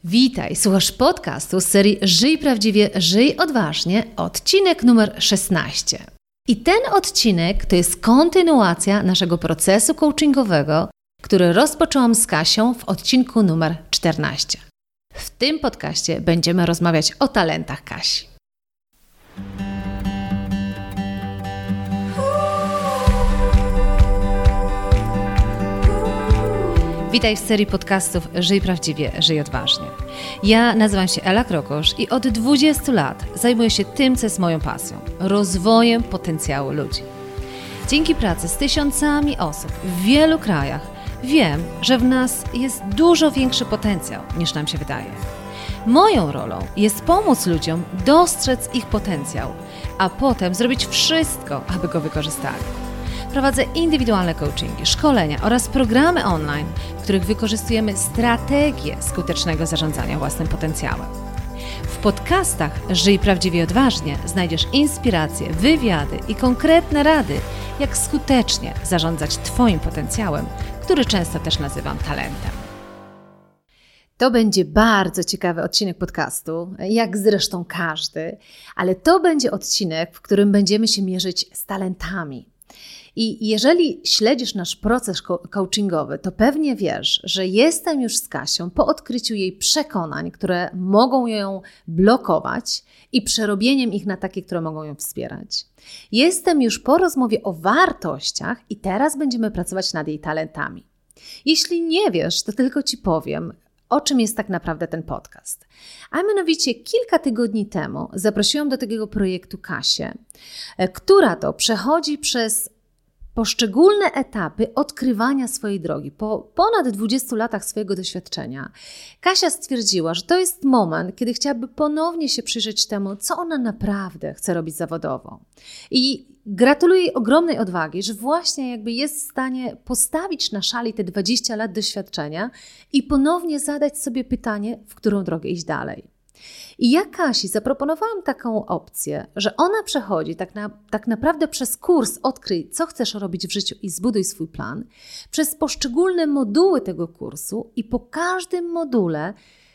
Witaj, słuchasz podcastu z serii Żyj Prawdziwie, Żyj Odważnie, odcinek numer 16. I ten odcinek to jest kontynuacja naszego procesu coachingowego, który rozpoczęłam z Kasią w odcinku numer 14. W tym podcaście będziemy rozmawiać o talentach Kasi. Witaj w serii podcastów Żyj Prawdziwie, Żyj Odważnie. Ja nazywam się Ela Krokosz i od 20 lat zajmuję się tym, co jest moją pasją – rozwojem potencjału ludzi. Dzięki pracy z tysiącami osób w wielu krajach wiem, że w nas jest dużo większy potencjał niż nam się wydaje. Moją rolą jest pomóc ludziom dostrzec ich potencjał, a potem zrobić wszystko, aby go wykorzystali. Prowadzę indywidualne coachingi, szkolenia oraz programy online, w których wykorzystujemy strategię skutecznego zarządzania własnym potencjałem. W podcastach Żyj Prawdziwie Odważnie znajdziesz inspiracje, wywiady i konkretne rady, jak skutecznie zarządzać Twoim potencjałem, który często też nazywam talentem. To będzie bardzo ciekawy odcinek podcastu, jak zresztą każdy, ale to będzie odcinek, w którym będziemy się mierzyć z talentami. I jeżeli śledzisz nasz proces coachingowy, to pewnie wiesz, że jestem już z Kasią po odkryciu jej przekonań, które mogą ją blokować i przerobieniem ich na takie, które mogą ją wspierać. Jestem już po rozmowie o wartościach i teraz będziemy pracować nad jej talentami. Jeśli nie wiesz, to tylko Ci powiem, o czym jest tak naprawdę ten podcast. A mianowicie kilka tygodni temu zaprosiłam do takiego projektu Kasię, która to przechodzi przez poszczególne etapy odkrywania swojej drogi. Po ponad 20 latach swojego doświadczenia Kasia stwierdziła, że to jest moment, kiedy chciałaby ponownie się przyjrzeć temu, co ona naprawdę chce robić zawodowo. I gratuluję jej ogromnej odwagi, że właśnie jakby jest w stanie postawić na szali te 20 lat doświadczenia i ponownie zadać sobie pytanie, w którą drogę iść dalej. I ja Kasi zaproponowałam taką opcję, że ona przechodzi tak naprawdę przez kurs Odkryj, co chcesz robić w życiu i zbuduj swój plan, przez poszczególne moduły tego kursu i po każdym module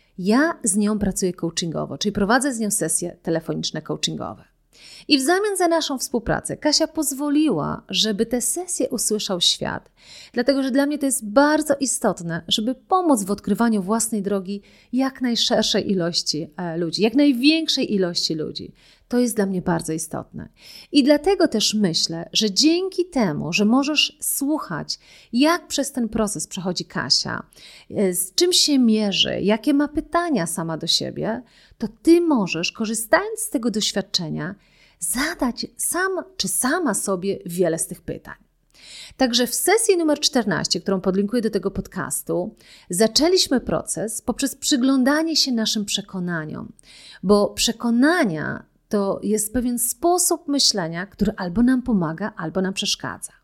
ja z nią pracuję coachingowo, czyli prowadzę z nią sesje telefoniczne coachingowe. I w zamian za naszą współpracę Kasia pozwoliła, żeby te sesje usłyszał świat, dlatego że dla mnie to jest bardzo istotne, żeby pomóc w odkrywaniu własnej drogi jak najszerszej ilości ludzi, jak największej ilości ludzi. To jest dla mnie bardzo istotne. I dlatego też myślę, że dzięki temu, że możesz słuchać, jak przez ten proces przechodzi Kasia, z czym się mierzy, jakie ma pytania sama do siebie, to Ty możesz, korzystając z tego doświadczenia, zadać sam czy sama sobie wiele z tych pytań. Także w sesji numer 14, którą podlinkuję do tego podcastu, zaczęliśmy proces poprzez przyglądanie się naszym przekonaniom, bo przekonania to jest pewien sposób myślenia, który albo nam pomaga, albo nam przeszkadza.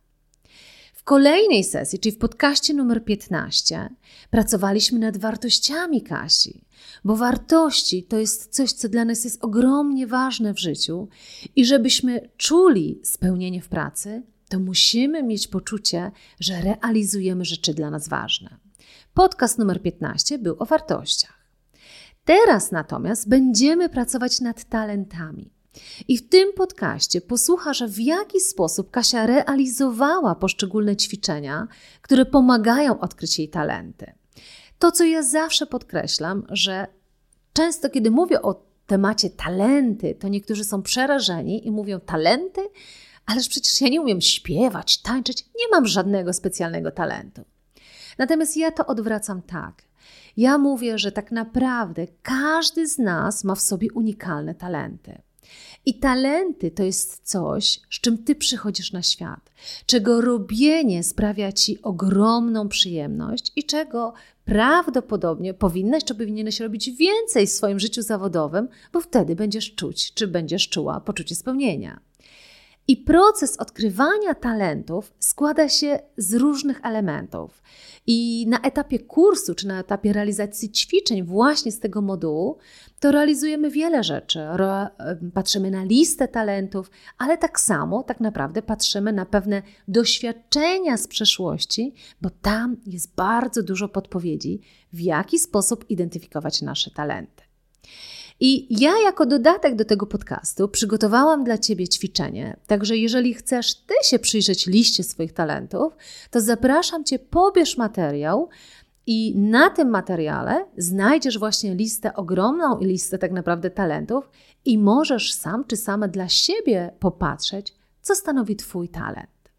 W kolejnej sesji, czyli w podcaście numer 15, pracowaliśmy nad wartościami Kasi, bo wartości to jest coś, co dla nas jest ogromnie ważne w życiu i żebyśmy czuli spełnienie w pracy, to musimy mieć poczucie, że realizujemy rzeczy dla nas ważne. Podcast numer 15 był o wartościach. Teraz natomiast będziemy pracować nad talentami. I w tym podcaście posłuchasz, w jaki sposób Kasia realizowała poszczególne ćwiczenia, które pomagają odkryć jej talenty. To, co ja zawsze podkreślam, że często, kiedy mówię o temacie talenty, to niektórzy są przerażeni i mówią talenty, ależ przecież ja nie umiem śpiewać, tańczyć, nie mam żadnego specjalnego talentu. Natomiast ja to odwracam tak. Ja mówię, że tak naprawdę każdy z nas ma w sobie unikalne talenty. I talenty to jest coś, z czym Ty przychodzisz na świat, czego robienie sprawia Ci ogromną przyjemność i czego prawdopodobnie powinnaś czy powinieneś robić więcej w swoim życiu zawodowym, bo wtedy będziesz czuć, czy będziesz czuła poczucie spełnienia. I proces odkrywania talentów składa się z różnych elementów. I na etapie kursu, czy na etapie realizacji ćwiczeń właśnie z tego modułu, to realizujemy wiele rzeczy. Patrzymy na listę talentów, ale tak samo tak naprawdę patrzymy na pewne doświadczenia z przeszłości, bo tam jest bardzo dużo podpowiedzi, w jaki sposób identyfikować nasze talenty. I ja jako dodatek do tego podcastu przygotowałam dla Ciebie ćwiczenie, także jeżeli chcesz Ty się przyjrzeć liście swoich talentów, to zapraszam Cię, pobierz materiał i na tym materiale znajdziesz właśnie listę, ogromną listę tak naprawdę talentów i możesz sam czy sama dla siebie popatrzeć, co stanowi Twój talent.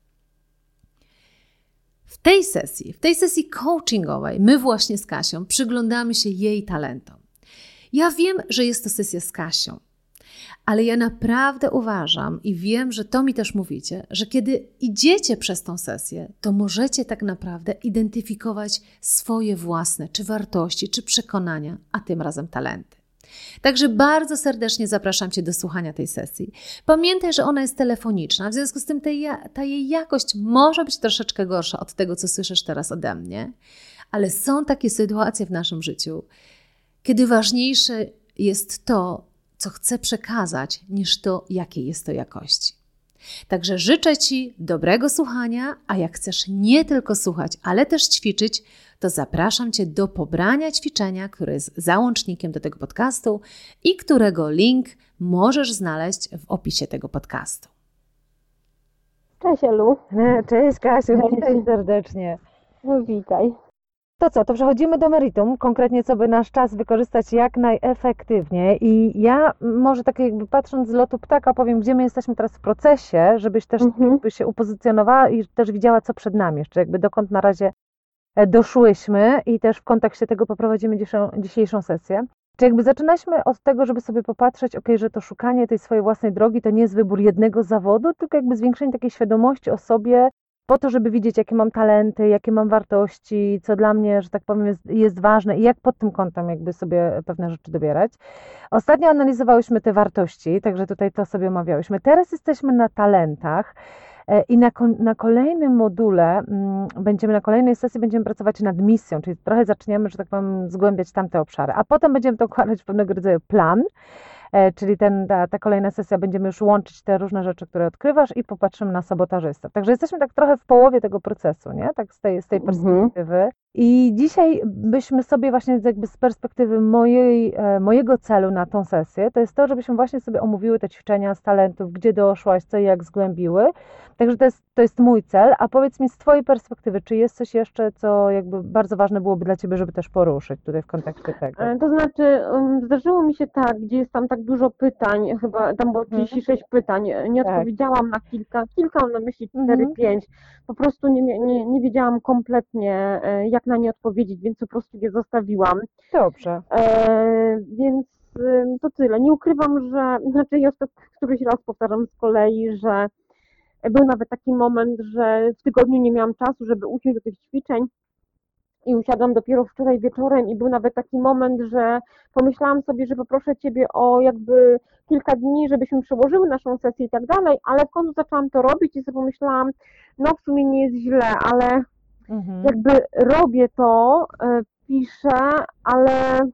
W tej sesji coachingowej my właśnie z Kasią przyglądamy się jej talentom. Ja wiem, że jest to sesja z Kasią, ale ja naprawdę uważam i wiem, że to mi też mówicie, że kiedy idziecie przez tą sesję, to możecie tak naprawdę identyfikować swoje własne, czy wartości, czy przekonania, a tym razem talenty. Także bardzo serdecznie zapraszam Cię do słuchania tej sesji. Pamiętaj, że ona jest telefoniczna, w związku z tym ta jej jakość może być troszeczkę gorsza od tego, co słyszysz teraz ode mnie, ale są takie sytuacje w naszym życiu, kiedy ważniejsze jest to, co chcę przekazać, niż to, jakiej jest to jakości. Także życzę Ci dobrego słuchania, a jak chcesz nie tylko słuchać, ale też ćwiczyć, to zapraszam Cię do pobrania ćwiczenia, które jest załącznikiem do tego podcastu i którego link możesz znaleźć w opisie tego podcastu. Cześć Elu. Cześć Kasiu, witaj serdecznie. No, witaj. To co, to przechodzimy do meritum, konkretnie co by nasz czas wykorzystać jak najefektywniej i ja może tak jakby patrząc z lotu ptaka powiem, gdzie my jesteśmy teraz w procesie, żebyś też jakby się upozycjonowała i też widziała, co przed nami jeszcze, jakby dokąd na razie doszłyśmy i też w kontekście tego poprowadzimy dzisiejszą sesję. Czy jakby zaczynaliśmy od tego, żeby sobie popatrzeć, że to szukanie tej swojej własnej drogi to nie jest wybór jednego zawodu, tylko jakby zwiększenie takiej świadomości o sobie, po to, żeby widzieć, jakie mam talenty, jakie mam wartości, co dla mnie, że tak powiem, jest ważne i jak pod tym kątem jakby sobie pewne rzeczy dobierać. Ostatnio analizowałyśmy te wartości, także tutaj to sobie omawiałyśmy. Teraz jesteśmy na talentach i na kolejnym module, na kolejnej sesji będziemy pracować nad misją, czyli trochę zaczniemy, że tak powiem, zgłębiać tamte obszary, a potem będziemy to układać w pewnego rodzaju plan, czyli ta kolejna sesja będziemy już łączyć te różne rzeczy, które odkrywasz i popatrzymy na sabotażystę. Także jesteśmy tak trochę w połowie tego procesu, nie? Tak z tej perspektywy. I dzisiaj byśmy sobie właśnie jakby z perspektywy mojego celu na tą sesję, to jest to, żebyśmy właśnie sobie omówiły te ćwiczenia z talentów, gdzie doszłaś, co i jak zgłębiły. Także to jest mój cel, a powiedz mi z Twojej perspektywy, czy jest coś jeszcze, co jakby bardzo ważne byłoby dla Ciebie, żeby też poruszyć tutaj w kontekście tego? To znaczy, zdarzyło mi się tak, gdzie jest tam tak dużo pytań, chyba tam było 36 pytań, nie odpowiedziałam na kilka mam na myśli 4-5, po prostu nie wiedziałam kompletnie, jak na nie odpowiedzieć, więc po prostu je zostawiłam. Dobrze. Więc to tyle. Nie ukrywam, że, znaczy ja to któryś raz powtarzam z kolei, że był nawet taki moment, że w tygodniu nie miałam czasu, żeby usiąść do tych ćwiczeń i usiadłam dopiero wczoraj wieczorem i był nawet taki moment, że pomyślałam sobie, że poproszę Ciebie o jakby kilka dni, żebyśmy przełożyły naszą sesję i tak dalej, ale w końcu zaczęłam to robić i sobie pomyślałam, no w sumie nie jest źle, ale jakby robię to, piszę, ale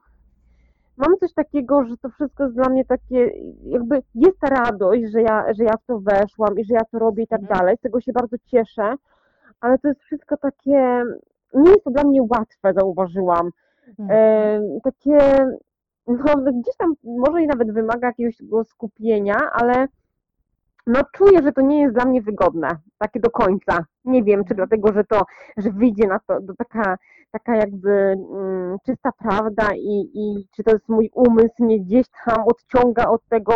mam coś takiego, że to wszystko jest dla mnie takie, jakby jest ta radość, że ja w to weszłam i że ja to robię i tak dalej, z tego się bardzo cieszę, ale to jest wszystko takie, nie jest to dla mnie łatwe, zauważyłam. Takie, no gdzieś tam może i nawet wymaga jakiegoś skupienia, ale no czuję, że to nie jest dla mnie wygodne, takie do końca. Nie wiem, czy dlatego, że wyjdzie na to taka jakby czysta prawda i czy to jest mój umysł, mnie gdzieś tam odciąga od tego,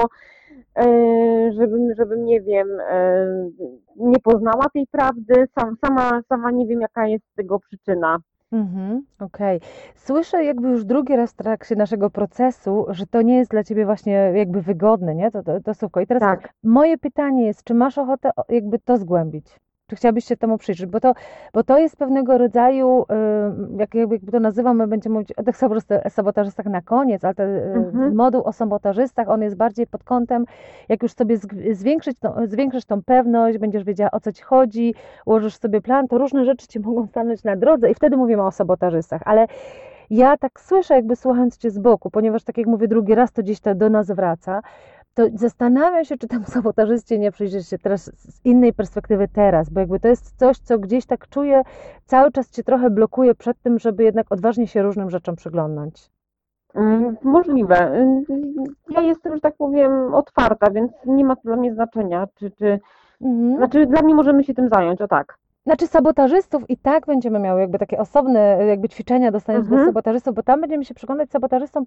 żebym nie wiem, nie poznała tej prawdy, sama nie wiem, jaka jest tego przyczyna. Okej. Słyszę jakby już drugi raz w trakcie naszego procesu, że to nie jest dla Ciebie właśnie jakby wygodne, nie? To słówko. I teraz moje pytanie jest, czy masz ochotę jakby to zgłębić? Czy chciałabyś się temu przyjrzeć? Bo to jest pewnego rodzaju, jakby to nazywam, my będziemy mówić o tych sabotażystach na koniec, ale moduł o sabotażystach, on jest bardziej pod kątem, jak już sobie zwiększysz tą pewność, będziesz wiedziała, o co ci chodzi, ułożysz sobie plan, to różne rzeczy ci mogą stanąć na drodze i wtedy mówimy o sabotażystach, ale ja tak słyszę, jakby słuchając cię z boku, ponieważ tak jak mówię drugi raz, to gdzieś to do nas wraca, to zastanawiam się, czy temu sabotażyście nie przyjrzeć się teraz z innej perspektywy teraz, bo jakby to jest coś, co gdzieś tak czuję, cały czas cię trochę blokuje przed tym, żeby jednak odważnie się różnym rzeczom przyglądać. Możliwe. Ja jestem, że tak powiem, otwarta, więc nie ma to dla mnie znaczenia, znaczy dla mnie możemy się tym zająć, o tak. Znaczy sabotażystów i tak będziemy miały jakby takie osobne jakby ćwiczenia dostaniesz do sabotażystów, bo tam będziemy się przyglądać sabotażystom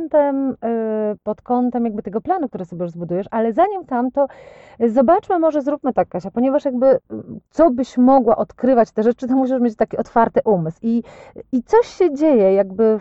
pod kątem jakby tego planu, który sobie już zbudujesz, ale zanim tam, to zobaczmy, może zróbmy tak, Kasia, ponieważ jakby co byś mogła odkrywać te rzeczy, to musisz mieć taki otwarty umysł i coś się dzieje jakby,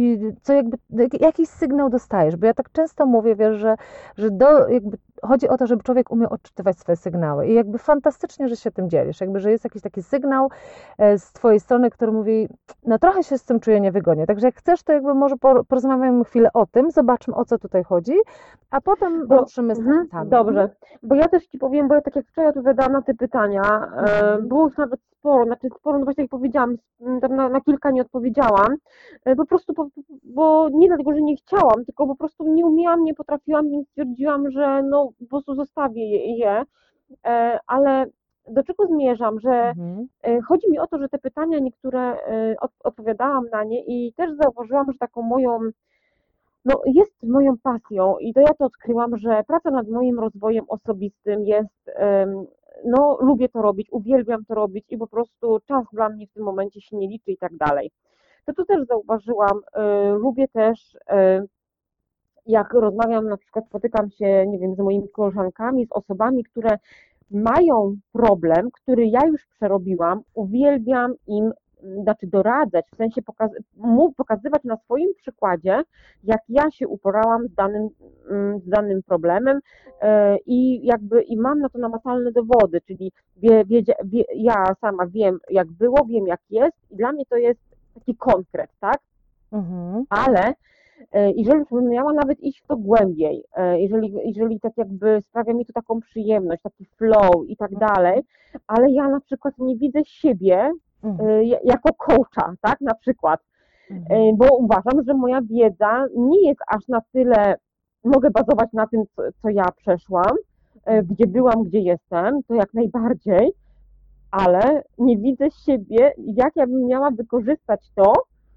jakiś sygnał dostajesz, bo ja tak często mówię, wiesz, że jakby chodzi o to, żeby człowiek umiał odczytywać swoje sygnały i jakby fantastycznie, że się tym dzielisz, jakby, że jest jakiś taki sygnał z twojej strony, który mówi, no trochę się z tym czuję niewygodnie, także jak chcesz, to jakby może porozmawiamy chwilę o tym, zobaczmy, o co tutaj chodzi, a potem ruszymy z tematami. Dobrze, bo ja też ci powiem, bo ja tak jak wczoraj odpowiadałam na te pytania, było już nawet sporo, no właśnie jak powiedziałam, tam na kilka nie odpowiedziałam, po prostu, bo nie dlatego, że nie chciałam, tylko po prostu nie umiałam, nie potrafiłam, więc stwierdziłam, że no po prostu zostawię je, ale do czego zmierzam, że chodzi mi o to, że te pytania niektóre odpowiadałam na nie i też zauważyłam, że taką moją, no jest moją pasją i to ja to odkryłam, że praca nad moim rozwojem osobistym jest, no lubię to robić, uwielbiam to robić i po prostu czas dla mnie w tym momencie się nie liczy i tak dalej. To też zauważyłam, lubię też, jak rozmawiam, na przykład spotykam się, nie wiem, z moimi koleżankami, z osobami, które mają problem, który ja już przerobiłam, uwielbiam im, znaczy doradzać, w sensie pokazywać na swoim przykładzie, jak ja się uporałam z danym problemem i jakby i mam na to namacalne dowody, czyli ja sama wiem, jak było, wiem, jak jest i dla mnie to jest taki konkret, tak? Ale jeżeli już bym miała nawet iść w to głębiej, jeżeli tak jakby sprawia mi to taką przyjemność, taki flow i tak dalej, ale ja na przykład nie widzę siebie jako coacha, tak, na przykład, bo uważam, że moja wiedza nie jest aż na tyle, mogę bazować na tym, co ja przeszłam, gdzie byłam, gdzie jestem, to jak najbardziej, ale nie widzę siebie, jak ja bym miała wykorzystać to,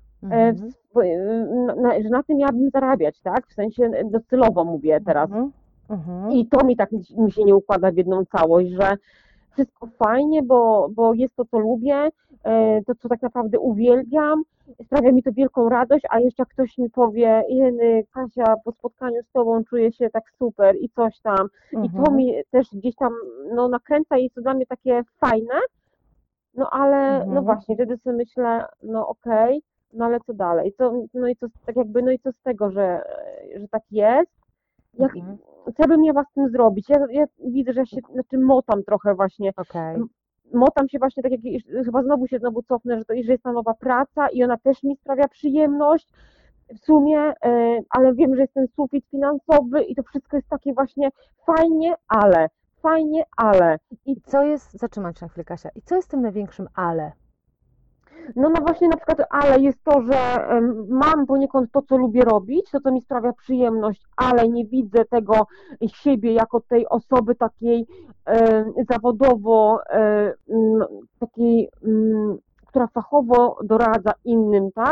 że na tym miałabym zarabiać, tak? W sensie docelowo mówię teraz. I to mi się nie układa w jedną całość, że wszystko fajnie, bo jest to, co lubię, to, co tak naprawdę uwielbiam, sprawia mi to wielką radość, a jeszcze jak ktoś mi powie, Jeny, Kasia, po spotkaniu z tobą czuję się tak super i coś tam. I to mi też gdzieś tam no, nakręca i jest to dla mnie takie fajne, no ale no właśnie, wtedy sobie myślę, no okej, no ale co dalej? No i co tak jakby, no i co z tego, że tak jest? Co bym miała z tym zrobić? Ja widzę, że się motam trochę właśnie. Motam się właśnie tak jak chyba znowu cofnę, że jest ta nowa praca i ona też mi sprawia przyjemność w sumie, ale wiem, że jest ten sufit finansowy i to wszystko jest takie właśnie fajnie, ale. I co jest, zatrzymam się na chwilę, Kasia, i co jest tym największym ale? No właśnie na przykład ale jest to, że mam poniekąd to, co lubię robić, to, co mi sprawia przyjemność, ale nie widzę tego siebie jako tej osoby takiej zawodowo, takiej, która fachowo doradza innym, tak?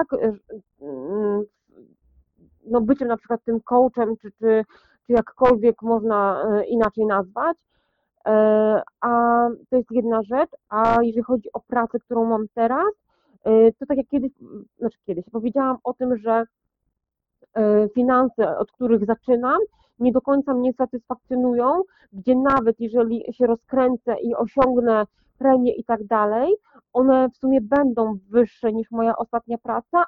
No byciem na przykład tym coachem, czy jakkolwiek można inaczej nazwać. A to jest jedna rzecz, a jeżeli chodzi o pracę, którą mam teraz, to tak jak kiedyś powiedziałam o tym, że finanse, od których zaczynam, nie do końca mnie satysfakcjonują, gdzie nawet jeżeli się rozkręcę i osiągnę premię i tak dalej, one w sumie będą wyższe niż moja ostatnia praca,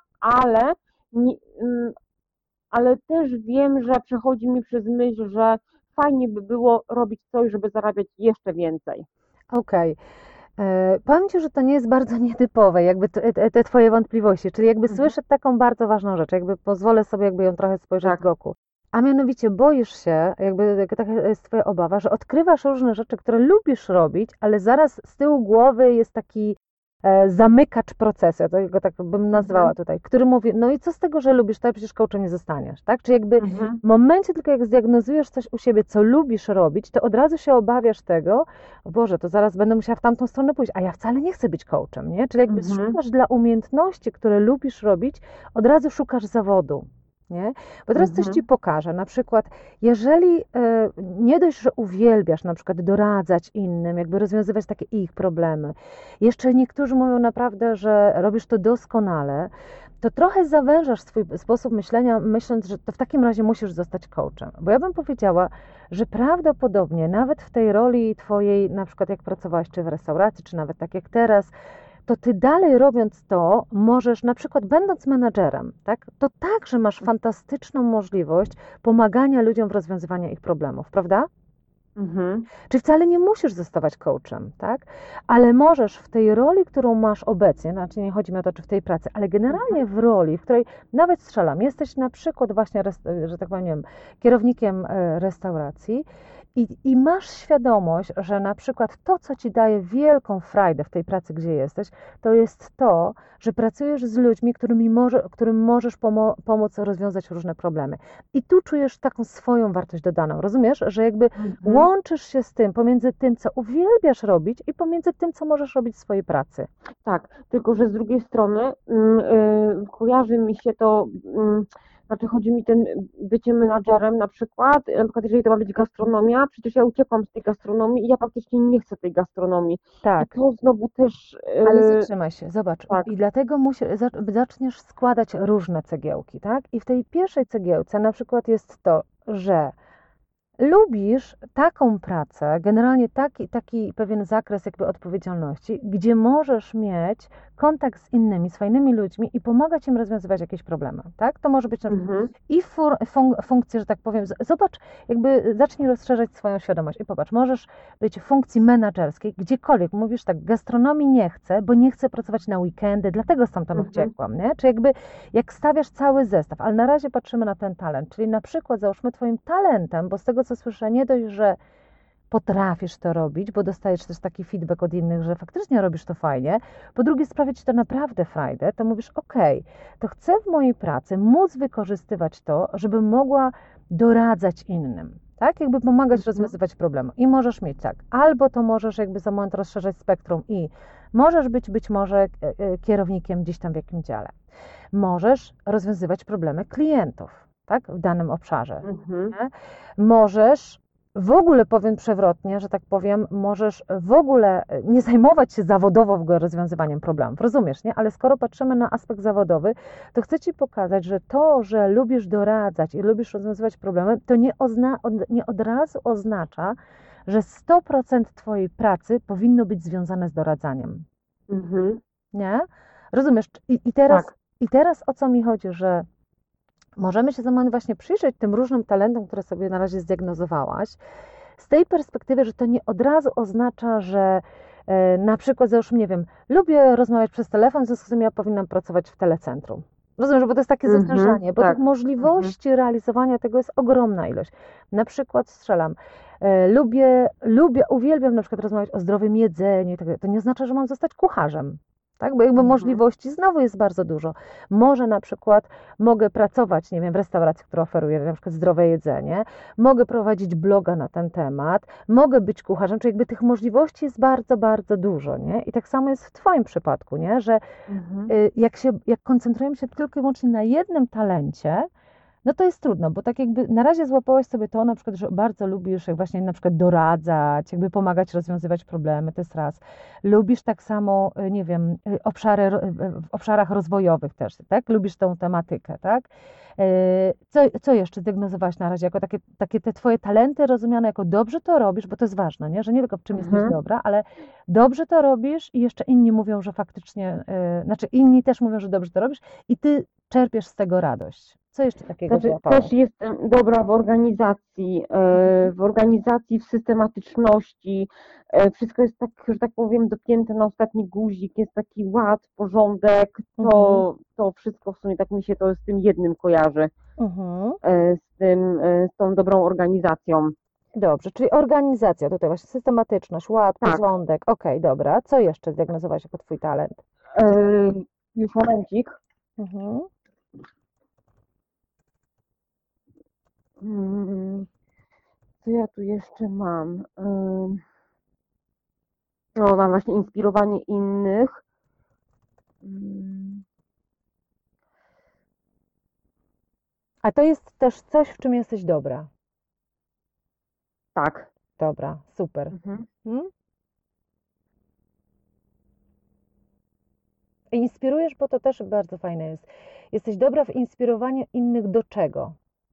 ale też wiem, że przechodzi mi przez myśl, że fajnie by było robić coś, żeby zarabiać jeszcze więcej. Okej. Powiem Ci, że to nie jest bardzo nietypowe, jakby te Twoje wątpliwości, czyli jakby słyszę taką bardzo ważną rzecz, jakby pozwolę sobie jakby ją trochę spojrzeć z boku. A mianowicie boisz się, jakby taka jest Twoja obawa, że odkrywasz różne rzeczy, które lubisz robić, ale zaraz z tyłu głowy jest taki zamykacz procesu, ja to go tak bym nazwała tutaj, który mówi, no i co z tego, że lubisz, to przecież coachem nie zostaniesz, tak? Czy jakby w momencie tylko jak zdiagnozujesz coś u siebie, co lubisz robić, to od razu się obawiasz tego, o Boże, to zaraz będę musiała w tamtą stronę pójść, a ja wcale nie chcę być coachem, nie? Czyli jakby szukasz dla umiejętności, które lubisz robić, od razu szukasz zawodu. Nie? Bo teraz coś Ci pokażę, na przykład jeżeli nie dość, że uwielbiasz na przykład doradzać innym, jakby rozwiązywać takie ich problemy, jeszcze niektórzy mówią naprawdę, że robisz to doskonale, to trochę zawężasz swój sposób myślenia, myśląc, że to w takim razie musisz zostać coachem. Bo ja bym powiedziała, że prawdopodobnie nawet w tej roli Twojej, na przykład jak pracowałaś czy w restauracji, czy nawet tak jak teraz, to Ty dalej robiąc to, możesz na przykład będąc menadżerem, tak, to także masz fantastyczną możliwość pomagania ludziom w rozwiązywaniu ich problemów, prawda? Czyli wcale nie musisz zostawać coachem, tak? Ale możesz w tej roli, którą masz obecnie, znaczy nie chodzi mi o to, czy w tej pracy, ale generalnie w roli, w której nawet strzelam, jesteś na przykład właśnie, że tak powiem, nie wiem, kierownikiem restauracji i masz świadomość, że na przykład to, co Ci daje wielką frajdę w tej pracy, gdzie jesteś, to jest to, że pracujesz z ludźmi, którym możesz pomóc rozwiązać różne problemy. I tu czujesz taką swoją wartość dodaną. Rozumiesz, że jakby łączysz się z tym, pomiędzy tym, co uwielbiasz robić i pomiędzy tym, co możesz robić w swojej pracy. Tak, tylko że z drugiej strony kojarzy mi się to, znaczy chodzi mi ten bycie menadżerem na przykład jeżeli to ma być gastronomia, przecież ja uciekłam z tej gastronomii i ja praktycznie nie chcę tej gastronomii. Tak. I to znowu też... Ale zatrzymaj się, zobacz. Tak. I dlatego zaczniesz składać różne cegiełki, tak? I w tej pierwszej cegiełce na przykład jest to, że lubisz taką pracę, generalnie taki pewien zakres jakby odpowiedzialności, gdzie możesz mieć kontakt z innymi, z fajnymi ludźmi i pomagać im rozwiązywać jakieś problemy, tak? To może być na przykład i funkcje, że tak powiem, zobacz, jakby zacznij rozszerzać swoją świadomość i popatrz, możesz być w funkcji menadżerskiej, gdziekolwiek, mówisz tak, gastronomii nie chcę, bo nie chcę pracować na weekendy, dlatego stamtąd uciekłam, nie? Czy jakby, jak stawiasz cały zestaw, ale na razie patrzymy na ten talent, czyli na przykład załóżmy Twoim talentem, bo z tego co słyszę, nie dość, że potrafisz to robić, bo dostajesz też taki feedback od innych, że faktycznie robisz to fajnie. Po drugie, sprawia Ci to naprawdę frajdę, to mówisz, to chcę w mojej pracy móc wykorzystywać to, żebym mogła doradzać innym, tak? Jakby pomagać rozwiązywać problemy. I możesz mieć tak, albo to możesz jakby za moment rozszerzać spektrum i możesz być może kierownikiem gdzieś tam w jakimś dziale. Możesz rozwiązywać problemy klientów, tak? W danym obszarze. Możesz w ogóle, powiem przewrotnie, że tak powiem, możesz w ogóle nie zajmować się zawodowo rozwiązywaniem problemów, rozumiesz, nie? Ale skoro patrzymy na aspekt zawodowy, to chcę Ci pokazać, że to, że lubisz doradzać i lubisz rozwiązywać problemy, to nie od razu oznacza, że 100% Twojej pracy powinno być związane z doradzaniem. Nie? Rozumiesz? I teraz o co mi chodzi, że możemy się za moment właśnie przyjrzeć tym różnym talentom, które sobie na razie zdiagnozowałaś, z tej perspektywy, że to nie od razu oznacza, że na przykład, załóżmy, nie wiem, lubię rozmawiać przez telefon, w związku z tym ja powinnam pracować w telecentrum. Rozumiem, bo to jest takie zawężanie, bo tych możliwości realizowania tego jest ogromna ilość. Na przykład strzelam, uwielbiam na przykład rozmawiać o zdrowym jedzeniu, to nie oznacza, że mam zostać kucharzem. Tak? Bo jakby możliwości znowu jest bardzo dużo. Może na przykład mogę pracować, nie wiem, w restauracji, która oferuje na przykład zdrowe jedzenie, mogę prowadzić bloga na ten temat, mogę być kucharzem, czyli jakby tych możliwości jest bardzo, bardzo dużo, nie? I tak samo jest w Twoim przypadku, nie? Że jak koncentrujemy się tylko i wyłącznie na jednym talencie, no to jest trudno, bo tak jakby na razie złapałaś sobie to na przykład, że bardzo lubisz jak właśnie na przykład doradzać, jakby pomagać rozwiązywać problemy, to jest raz. Lubisz tak samo, nie wiem, w obszarach rozwojowych też, tak? Lubisz tą tematykę, tak? Co jeszcze zdiagnozowałaś na razie jako takie te Twoje talenty rozumiane jako dobrze to robisz, bo to jest ważne, nie? Że nie tylko w czym jesteś dobra, ale dobrze to robisz i jeszcze inni mówią, że faktycznie, znaczy inni też mówią, że dobrze to robisz i Ty czerpiesz z tego radość. Co jeszcze takiego Znaczy, złapało? też jestem dobra w organizacji, w systematyczności. Wszystko jest tak, że tak powiem, dopięte na ostatni guzik, jest taki ład, porządek. To wszystko w sumie tak mi się to z tym jednym kojarzy, Mhm. z tą dobrą organizacją. Dobrze, czyli organizacja, tutaj właśnie systematyczność, ład, Tak. porządek. Okej, dobra. Co jeszcze zdiagnozowałaś jako twój talent? Już momencik. Mhm. Co ja tu jeszcze mam? No, mam właśnie inspirowanie innych. A to jest też coś, w czym jesteś dobra. Tak. Dobra, super. Mhm. Inspirujesz, bo to też bardzo fajne jest. Jesteś dobra w inspirowaniu innych do czego?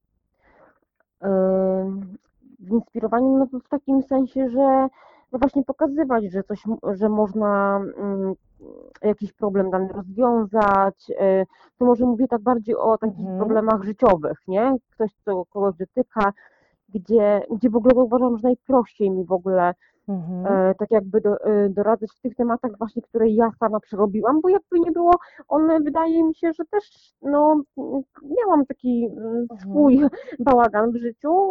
W inspirowaniu, no w takim sensie, że no właśnie pokazywać, że można jakiś problem dany rozwiązać. To może mówię tak bardziej o takich problemach życiowych, nie? Ktoś, co kogoś dotyka, gdzie w ogóle to uważam, że najprościej mi w ogóle tak jakby doradzać w tych tematach właśnie, które ja sama przerobiłam, bo jakby nie było, one wydaje mi się, że też no, miałam taki swój bałagan w życiu,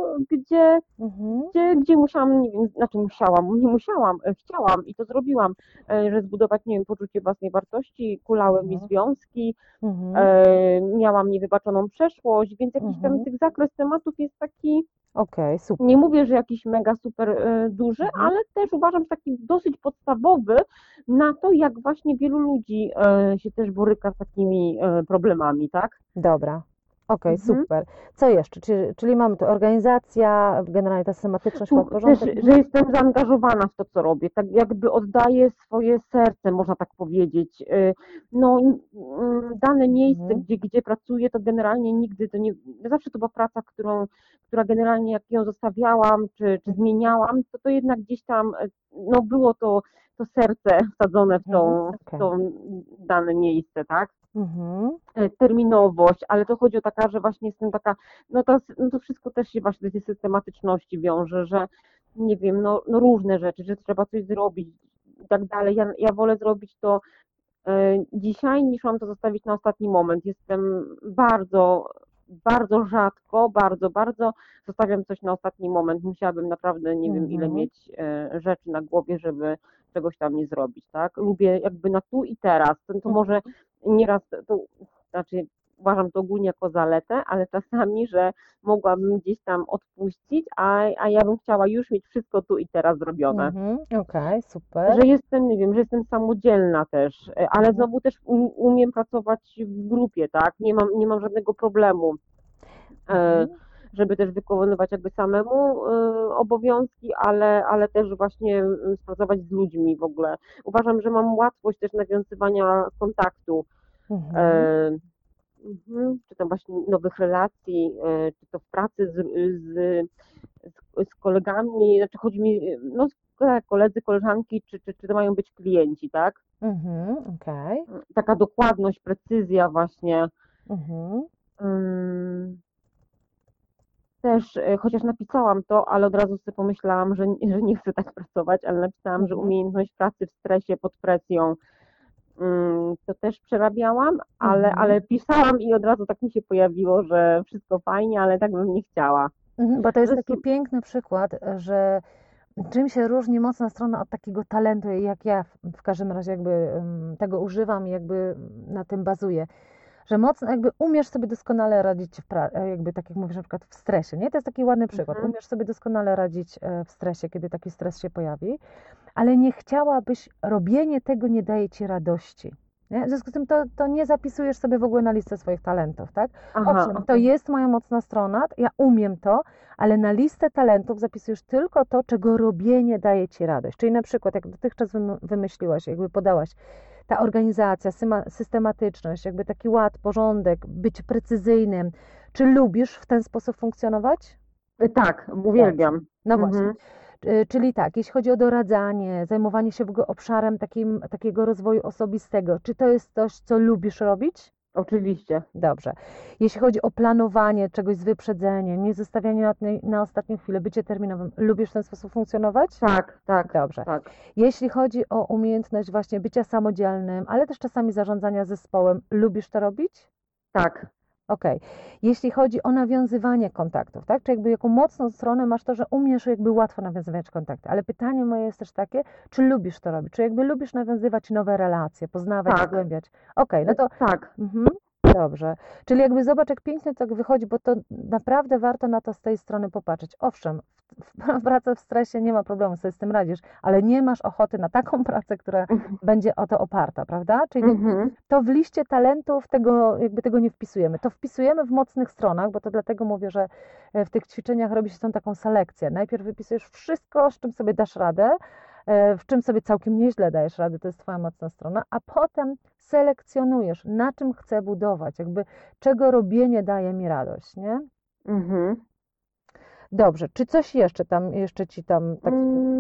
gdzie musiałam, nie wiem, znaczy nie musiałam, chciałam i to zrobiłam, że zbudować, nie wiem, poczucie własnej wartości, kulały mi związki, miałam niewybaczoną przeszłość, więc jakiś tam tych zakres tematów jest taki, Okej, super. nie mówię, że jakiś mega super duży, ale też uważam, że taki dosyć podstawowy na to, jak właśnie wielu ludzi się też boryka z takimi problemami, tak? Dobra. Okej, super. Co jeszcze? Czyli mamy tu organizacja, generalnie ta systematyczność, ład, Też, porządek. że jestem zaangażowana w to, co robię, tak jakby oddaję swoje serce, można tak powiedzieć. No, dane miejsce, gdzie pracuję, to generalnie nigdy to nie, zawsze to była praca, która generalnie jak ją zostawiałam, czy zmieniałam, to jednak gdzieś tam, no było to serce wsadzone w to dane miejsce, tak? Terminowość, ale to chodzi o taka, że właśnie jestem taka, no to wszystko też się właśnie do tej systematyczności wiąże, że nie wiem, no różne rzeczy, że trzeba coś zrobić i tak dalej. Ja wolę zrobić to dzisiaj, niż mam to zostawić na ostatni moment. Jestem bardzo, bardzo rzadko, bardzo zostawiam coś na ostatni moment. Musiałabym naprawdę, nie wiem, ile mieć rzeczy na głowie, żeby czegoś tam nie zrobić, tak? Lubię jakby na tu i teraz. To może nieraz, to znaczy uważam to ogólnie jako zaletę, ale czasami, że mogłabym gdzieś tam odpuścić, a ja bym chciała już mieć wszystko tu i teraz zrobione. Okej, super. Że jestem, nie wiem, że jestem samodzielna też, ale znowu też umiem pracować w grupie, tak? Nie mam żadnego problemu, żeby też wykonywać jakby samemu obowiązki, ale też właśnie pracować z ludźmi w ogóle. Uważam, że mam łatwość też nawiązywania kontaktu, czy to właśnie nowych relacji, czy to w pracy z kolegami, znaczy chodzi mi, no koledzy, koleżanki, czy to mają być klienci, tak? Okej. Taka dokładność, precyzja właśnie. Też, chociaż napisałam to, ale od razu sobie pomyślałam, że nie chcę tak pracować, ale napisałam, że umiejętność pracy w stresie, pod presją, to też przerabiałam, ale pisałam i od razu tak mi się pojawiło, że wszystko fajnie, ale tak bym nie chciała. Bo to jest taki piękny przykład, że czym się różni mocna strona od takiego talentu, jak ja w każdym razie jakby tego używam i jakby na tym bazuję, że mocno jakby umiesz sobie doskonale radzić jakby tak jak mówisz na przykład w stresie, nie? To jest taki ładny przykład. Umiesz sobie doskonale radzić w stresie, kiedy taki stres się pojawi, ale nie chciałabyś, robienie tego nie daje ci radości. Nie? W związku z tym to nie zapisujesz sobie w ogóle na listę swoich talentów, tak? Owszem, to jest moja mocna strona, ja umiem to, ale na listę talentów zapisujesz tylko to, czego robienie daje ci radość. Czyli na przykład, jak dotychczas wymyśliłaś, jakby podałaś, ta organizacja, systematyczność, jakby taki ład, porządek, być precyzyjnym. Czy lubisz w ten sposób funkcjonować? Tak, uwielbiam. No właśnie. Czyli tak, jeśli chodzi o doradzanie, zajmowanie się w ogóle obszarem takiego rozwoju osobistego, czy to jest coś, co lubisz robić? Oczywiście. Dobrze. Jeśli chodzi o planowanie czegoś z wyprzedzeniem, nie zostawianie na ostatnią chwilę, bycie terminowym, lubisz w ten sposób funkcjonować? Tak, tak, Dobrze. tak. Jeśli chodzi o umiejętność właśnie bycia samodzielnym, ale też czasami zarządzania zespołem, lubisz to robić? Tak. Okej. Jeśli chodzi o nawiązywanie kontaktów, tak? Czy jakby jaką mocną stronę masz to, że umiesz jakby łatwo nawiązywać kontakty, ale pytanie moje jest też takie, czy lubisz to robić? Czy jakby lubisz nawiązywać nowe relacje, poznawać, Tak. zgłębiać? Okej, no to Tak. dobrze. Czyli jakby zobacz, jak pięknie to wychodzi, bo to naprawdę warto na to z tej strony popatrzeć. Owszem, praca w stresie nie ma problemu, sobie z tym radzisz, ale nie masz ochoty na taką pracę, która będzie o to oparta, prawda? Czyli to w liście talentów tego nie wpisujemy. To wpisujemy w mocnych stronach, bo to dlatego mówię, że w tych ćwiczeniach robi się tą taką selekcję. Najpierw wypisujesz wszystko, z czym sobie dasz radę, w czym sobie całkiem nieźle dajesz radę, to jest twoja mocna strona, a potem selekcjonujesz, na czym chcę budować, jakby czego robienie daje mi radość, nie? Dobrze, czy coś jeszcze ci tam tak...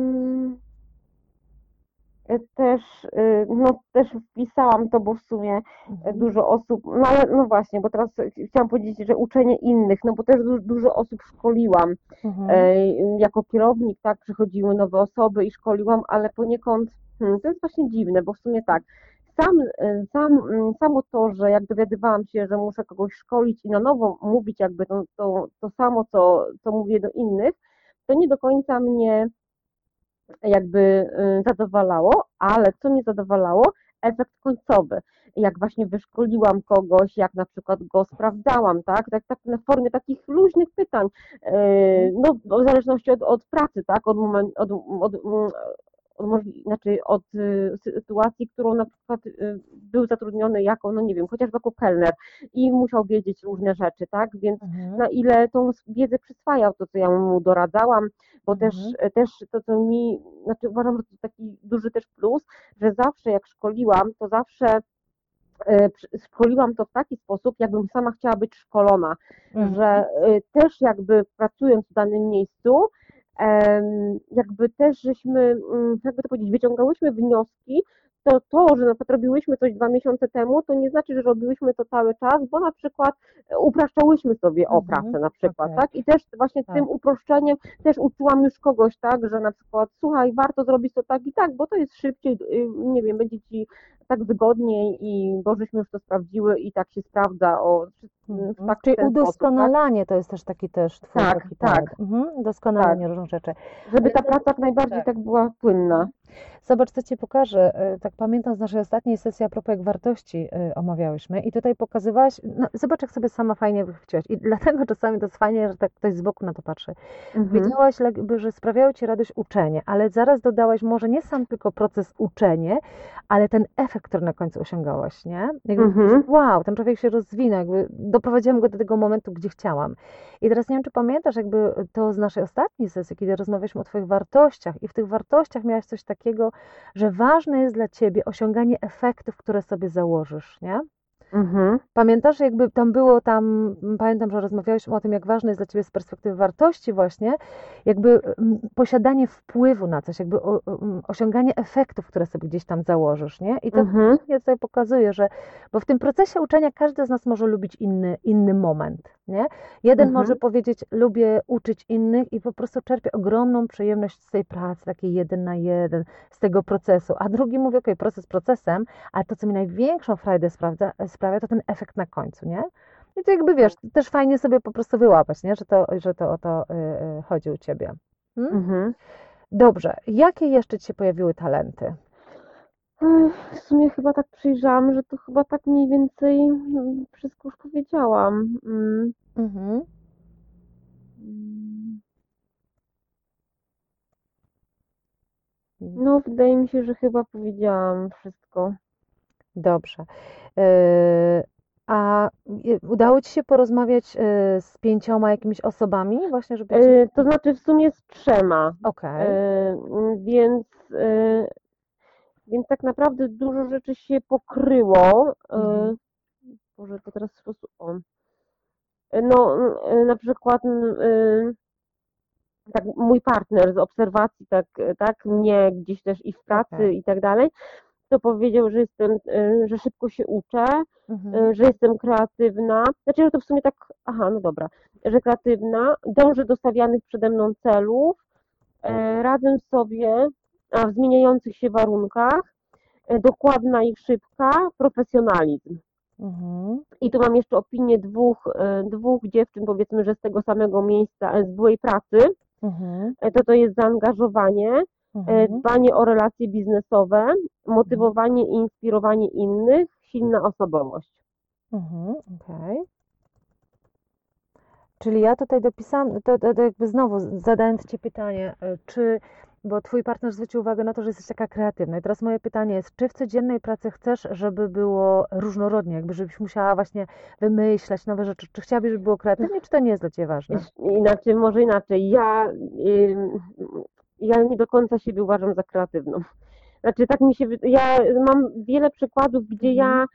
Też wpisałam to, bo w sumie dużo osób, no ale no właśnie, bo teraz chciałam powiedzieć, że uczenie innych, no bo też dużo osób szkoliłam jako kierownik, tak, przychodziły nowe osoby i szkoliłam, ale poniekąd to jest właśnie dziwne, bo w sumie tak, samo to, że jak dowiadywałam się, że muszę kogoś szkolić i na nowo mówić jakby to samo, co mówię do innych, to nie do końca mnie jakby zadowalało, ale co mnie zadowalało? Efekt końcowy. Jak właśnie wyszkoliłam kogoś, jak na przykład go sprawdzałam, tak na formie takich luźnych pytań, no w zależności od pracy, tak, od sytuacji, którą na przykład był zatrudniony jako, no nie wiem, chociażby jako kelner i musiał wiedzieć różne rzeczy, tak, więc na ile tą wiedzę przyswajał, to co ja mu doradzałam, bo też to, co uważam, że to taki duży też plus, że zawsze jak szkoliłam, to zawsze szkoliłam to w taki sposób, jakbym sama chciała być szkolona, że też jakby pracując w danym miejscu, jakby też żeśmy, jakby to powiedzieć, wyciągałyśmy wnioski, to, że na przykład robiłyśmy coś 2 miesiące temu, to nie znaczy, że robiłyśmy to cały czas, bo na przykład upraszczałyśmy sobie o pracę na przykład, tak? I też właśnie tym uproszczeniem też uczyłam już kogoś, tak, że na przykład słuchaj, warto zrobić to tak i tak, bo to jest szybciej, nie wiem, będzie ci tak wygodniej i bo żeśmy już to sprawdziły i tak się sprawdza Czyli udoskonalanie sposób, tak? To jest też taki twój taki talent. Doskonalenie różnych rzeczy. Żeby ta praca jak najbardziej tak była płynna. Zobacz, co ci pokażę. Tak pamiętam z naszej ostatniej sesji a propos jak wartości omawiałyśmy i tutaj pokazywałaś, no zobacz jak sobie sama fajnie wychwyciłaś i dlatego czasami to jest fajnie, że tak ktoś z boku na to patrzy. Wiedziałaś, że sprawiało ci radość uczenie, ale zaraz dodałaś może nie sam tylko proces uczenie, ale ten efekt, który na końcu osiągałaś, nie? Jakby, wow, ten człowiek się rozwinął, jakby doprowadziłam go do tego momentu, gdzie chciałam. I teraz nie wiem, czy pamiętasz jakby to z naszej ostatniej sesji, kiedy rozmawialiśmy o twoich wartościach i w tych wartościach miałaś coś takiego, że ważne jest dla ciebie osiąganie efektów, które sobie założysz, nie? Pamiętasz, jakby pamiętam, że rozmawiałyśmy o tym, jak ważne jest dla ciebie z perspektywy wartości właśnie, jakby posiadanie wpływu na coś, jakby osiąganie efektów, które sobie gdzieś tam założysz, nie? I to ja tutaj pokazuje, że, bo w tym procesie uczenia każdy z nas może lubić inny moment, nie? Jeden może powiedzieć, lubię uczyć innych i po prostu czerpię ogromną przyjemność z tej pracy, takiej 1 na 1, z tego procesu, a drugi mówi, okej, proces procesem, ale to, co mi największą frajdę sprawia, to ten efekt na końcu, nie? I to jakby, wiesz, też fajnie sobie po prostu wyłapać, nie? Że to o to chodzi u ciebie. Dobrze. Jakie jeszcze ci się pojawiły talenty? W sumie chyba tak przyjrzałam, że to chyba tak mniej więcej wszystko już powiedziałam. No, wydaje mi się, że chyba powiedziałam wszystko. Dobrze. A udało ci się porozmawiać z 5 jakimiś osobami właśnie, żeby... To znaczy w sumie z 3. Okej. Więc tak naprawdę dużo rzeczy się pokryło. Boże, to teraz w sposób... No, na przykład tak mój partner z obserwacji, tak mnie gdzieś też i w pracy i tak dalej, kto powiedział, że że szybko się uczę, Mhm. że jestem kreatywna. Znaczy, że to w sumie tak, no dobra, że kreatywna, dążę do stawianych przede mną celów, radzę sobie w zmieniających się warunkach, dokładna i szybka, profesjonalizm. Mhm. I tu mam jeszcze opinię dwóch dziewczyn, powiedzmy, że z tego samego miejsca, z byłej pracy. Mhm. To jest zaangażowanie, Mhm. dbanie o relacje biznesowe, Mhm. motywowanie i inspirowanie innych, silna osobowość. Mhm. Okej. Czyli ja tutaj dopisałam, to jakby znowu zadając Ci pytanie, bo Twój partner zwrócił uwagę na to, że jesteś taka kreatywna. I teraz moje pytanie jest, czy w codziennej pracy chcesz, żeby było różnorodnie, jakby żebyś musiała właśnie wymyślać nowe rzeczy, czy chciałabyś, żeby było kreatywnie, czy to nie jest dla Ciebie ważne? Może inaczej. Ja nie do końca siebie uważam za kreatywną. Znaczy, tak mi się. Ja mam wiele przykładów, gdzie ja.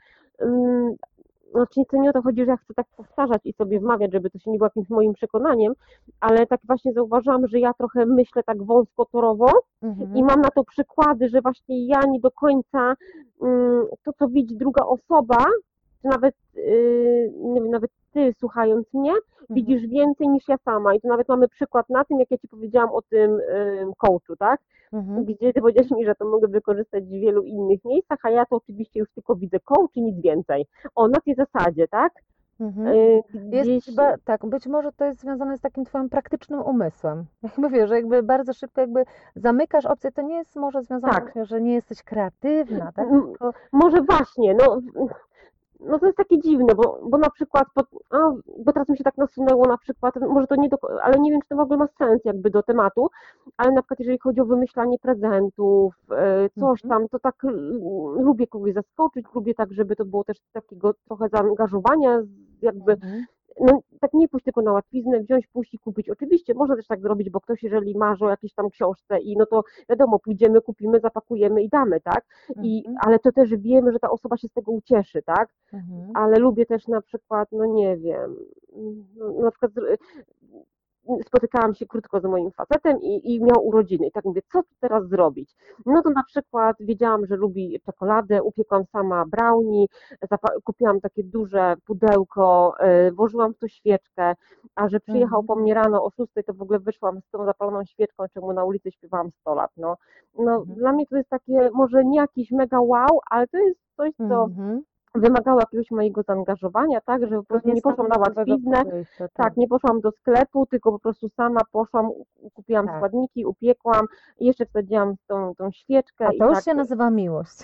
Znaczy, to nie o to chodzi, że ja chcę tak powtarzać i sobie wmawiać, żeby to się nie było jakimś moim przekonaniem, ale tak właśnie zauważyłam, że ja trochę myślę tak wąskotorowo i mam na to przykłady, że właśnie ja nie do końca to, co widzi druga osoba, czy nawet, nie wiem, nawet ty słuchając mnie, widzisz więcej niż ja sama. I tu nawet mamy przykład na tym, jak ja ci powiedziałam o tym coachu, tak? Gdzie ty powiedziałeś mi, że to mogę wykorzystać w wielu innych miejscach, a ja to oczywiście już tylko widzę coach i nic więcej. Na tej zasadzie, tak? Gdzieś... Tak, być może to jest związane z takim Twoim praktycznym umysłem. Jakby wiesz, że jakby bardzo szybko jakby zamykasz opcję, to nie jest może związane właśnie, że nie jesteś kreatywna, tak? Tylko... Może właśnie, no to jest takie dziwne, bo na przykład, bo teraz mi się tak nasunęło na przykład, może to nie ale nie wiem, czy to w ogóle ma sens jakby do tematu, ale na przykład jeżeli chodzi o wymyślanie prezentów, coś tam, to tak lubię kogoś zaskoczyć, lubię tak, żeby to było też takiego trochę zaangażowania, jakby, tak nie pójść tylko na łatwiznę, wziąć, pójść i kupić. Oczywiście można też tak zrobić, bo ktoś jeżeli marzy o jakiejś tam książce i no to wiadomo, pójdziemy, kupimy, zapakujemy i damy, tak? Ale to też wiemy, że ta osoba się z tego ucieszy, tak? Ale lubię też na przykład, no nie wiem, na przykład spotykałam się krótko z moim facetem i miał urodziny. I tak mówię, co tu teraz zrobić? No to na przykład wiedziałam, że lubi czekoladę, upiekłam sama brownie, kupiłam takie duże pudełko, włożyłam w to świeczkę, a że przyjechał po mnie rano o 6, to w ogóle wyszłam z tą zapaloną świeczką, czemu na ulicy śpiewałam 100 lat. Dla mnie to jest takie, może nie jakiś mega wow, ale to jest coś, co wymagało jakiegoś mojego zaangażowania, tak, że po prostu nie poszłam na łatwiznę, tak, nie poszłam do sklepu, tylko po prostu sama poszłam, kupiłam składniki, upiekłam i jeszcze wsadziłam tą świeczkę. A to już się nazywa miłość.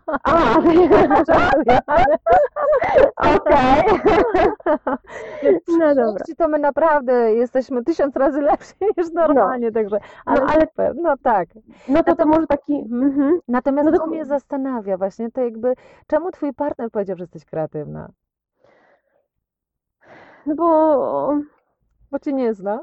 Okej. No dobra. To my naprawdę jesteśmy 1000 razy lepsi niż normalnie, także, ale super, tak. No to może taki... Natomiast to mnie zastanawia właśnie, to jakby, czemu Twój partner powiedział, że jesteś kreatywna? No bo cię nie zna?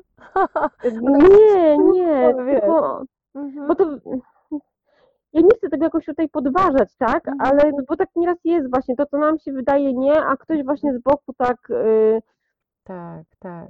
Nie, tylko, bo to... Ja nie chcę tego jakoś tutaj podważać, tak? Ale bo tak nieraz jest właśnie, to co nam się wydaje nie, a ktoś właśnie z boku tak... Tak.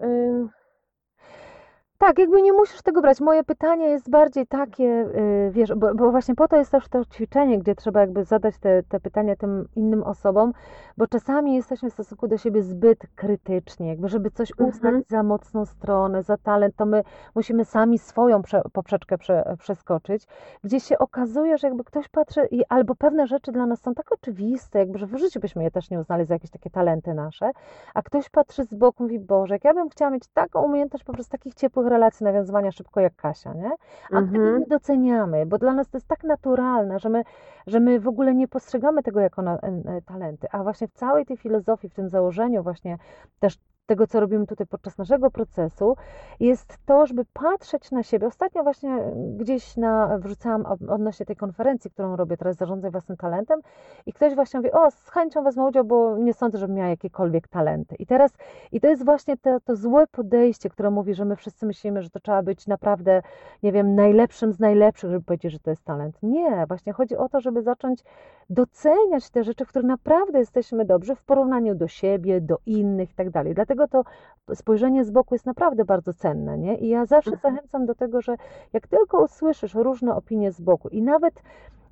Tak, jakby nie musisz tego brać. Moje pytanie jest bardziej takie, wiesz, bo właśnie po to jest też to ćwiczenie, gdzie trzeba jakby zadać te pytania tym innym osobom, bo czasami jesteśmy w stosunku do siebie zbyt krytyczni, jakby żeby coś uznać za mocną stronę, za talent, to my musimy sami swoją poprzeczkę przeskoczyć, gdzie się okazuje, że jakby ktoś patrzy albo pewne rzeczy dla nas są tak oczywiste, jakby, że w życiu byśmy je też nie uznali za jakieś takie talenty nasze, a ktoś patrzy z boku i mówi, Boże, jak ja bym chciała mieć taką umiejętność po prostu takich ciepłych relacji nawiązywania szybko jak Kasia, nie? A tego nie doceniamy, bo dla nas to jest tak naturalne, że my w ogóle nie postrzegamy tego jako talenty, a właśnie w całej tej filozofii, w tym założeniu właśnie też tego, co robimy tutaj podczas naszego procesu, jest to, żeby patrzeć na siebie. Ostatnio właśnie gdzieś wrzucałam odnośnie tej konferencji, którą robię teraz, Zarządzaj Własnym Talentem i ktoś właśnie mówi, z chęcią wezmę udział, bo nie sądzę, żebym miała jakiekolwiek talenty. I to jest właśnie to złe podejście, które mówi, że my wszyscy myślimy, że to trzeba być naprawdę, nie wiem, najlepszym z najlepszych, żeby powiedzieć, że to jest talent. Nie, właśnie chodzi o to, żeby zacząć doceniać te rzeczy, w których naprawdę jesteśmy dobrzy w porównaniu do siebie, do innych i tak dalej. Dlatego to spojrzenie z boku jest naprawdę bardzo cenne, nie? I ja zawsze zachęcam do tego, że jak tylko usłyszysz różne opinie z boku i nawet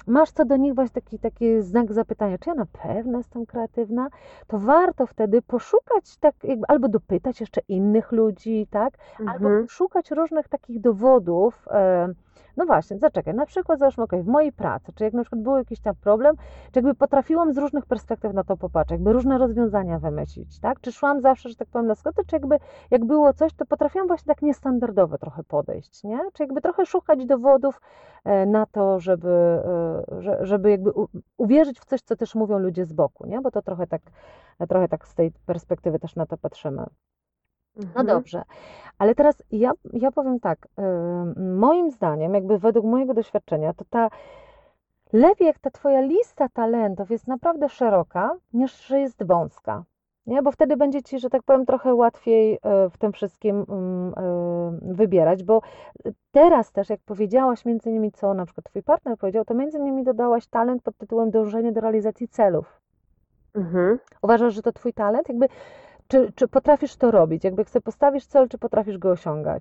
masz co do nich właśnie taki znak zapytania, czy ja na pewno jestem kreatywna, to warto wtedy poszukać tak jakby, albo dopytać jeszcze innych ludzi, tak? Albo szukać różnych takich dowodów. No właśnie, zaczekaj, na przykład załóżmy, w mojej pracy, czy jak na przykład był jakiś tam problem, czy jakby potrafiłam z różnych perspektyw na to popatrzeć, jakby różne rozwiązania wymyślić, tak? Czy szłam zawsze, że tak powiem, na skróty, czy jakby jak było coś, to potrafiłam właśnie tak niestandardowo trochę podejść, nie? Czy jakby trochę szukać dowodów na to, żeby jakby uwierzyć w coś, co też mówią ludzie z boku, nie? Bo to trochę tak z tej perspektywy też na to patrzymy. No dobrze, ale teraz ja powiem tak, moim zdaniem, jakby według mojego doświadczenia, to lepiej jak ta twoja lista talentów jest naprawdę szeroka, niż że jest wąska. Nie? Bo wtedy będzie ci, że tak powiem, trochę łatwiej w tym wszystkim wybierać, bo teraz też, jak powiedziałaś między innymi, co na przykład twój partner powiedział, to między innymi dodałaś talent pod tytułem dążenie do realizacji celów. Uważasz, że to twój talent? Jakby czy potrafisz to robić? Jakby jak sobie postawisz cel, czy potrafisz go osiągać?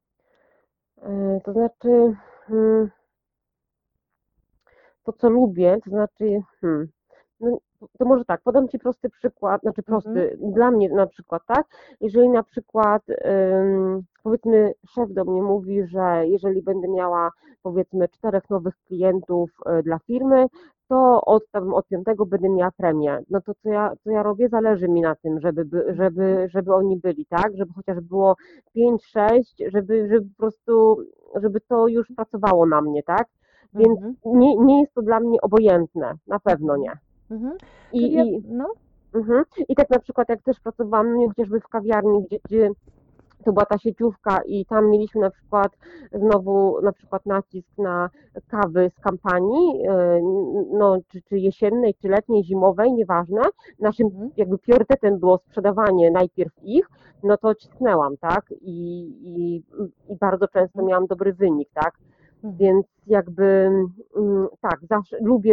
To znaczy, to co lubię, to znaczy, no, to może tak, podam Ci prosty przykład, znaczy prosty, dla mnie na przykład, tak? Jeżeli na przykład, powiedzmy, szef do mnie mówi, że jeżeli będę miała, powiedzmy, 4 nowych klientów dla firmy, to od 5 będę miała premię. No to co ja robię? Zależy mi na tym, żeby oni byli, tak? Żeby chociaż było 5, 6, żeby po prostu, żeby to już pracowało na mnie, tak? Więc nie jest to dla mnie obojętne, na pewno nie. I tak na przykład jak też pracowałam chociażby w kawiarni, gdzie to była ta sieciówka i tam mieliśmy na przykład znowu na przykład nacisk na kawy z kampanii, no, czy jesiennej, czy letniej, zimowej, nieważne. Naszym jakby priorytetem było sprzedawanie najpierw ich, no to cisnęłam, tak? I bardzo często miałam dobry wynik, tak? Więc jakby tak, zawsze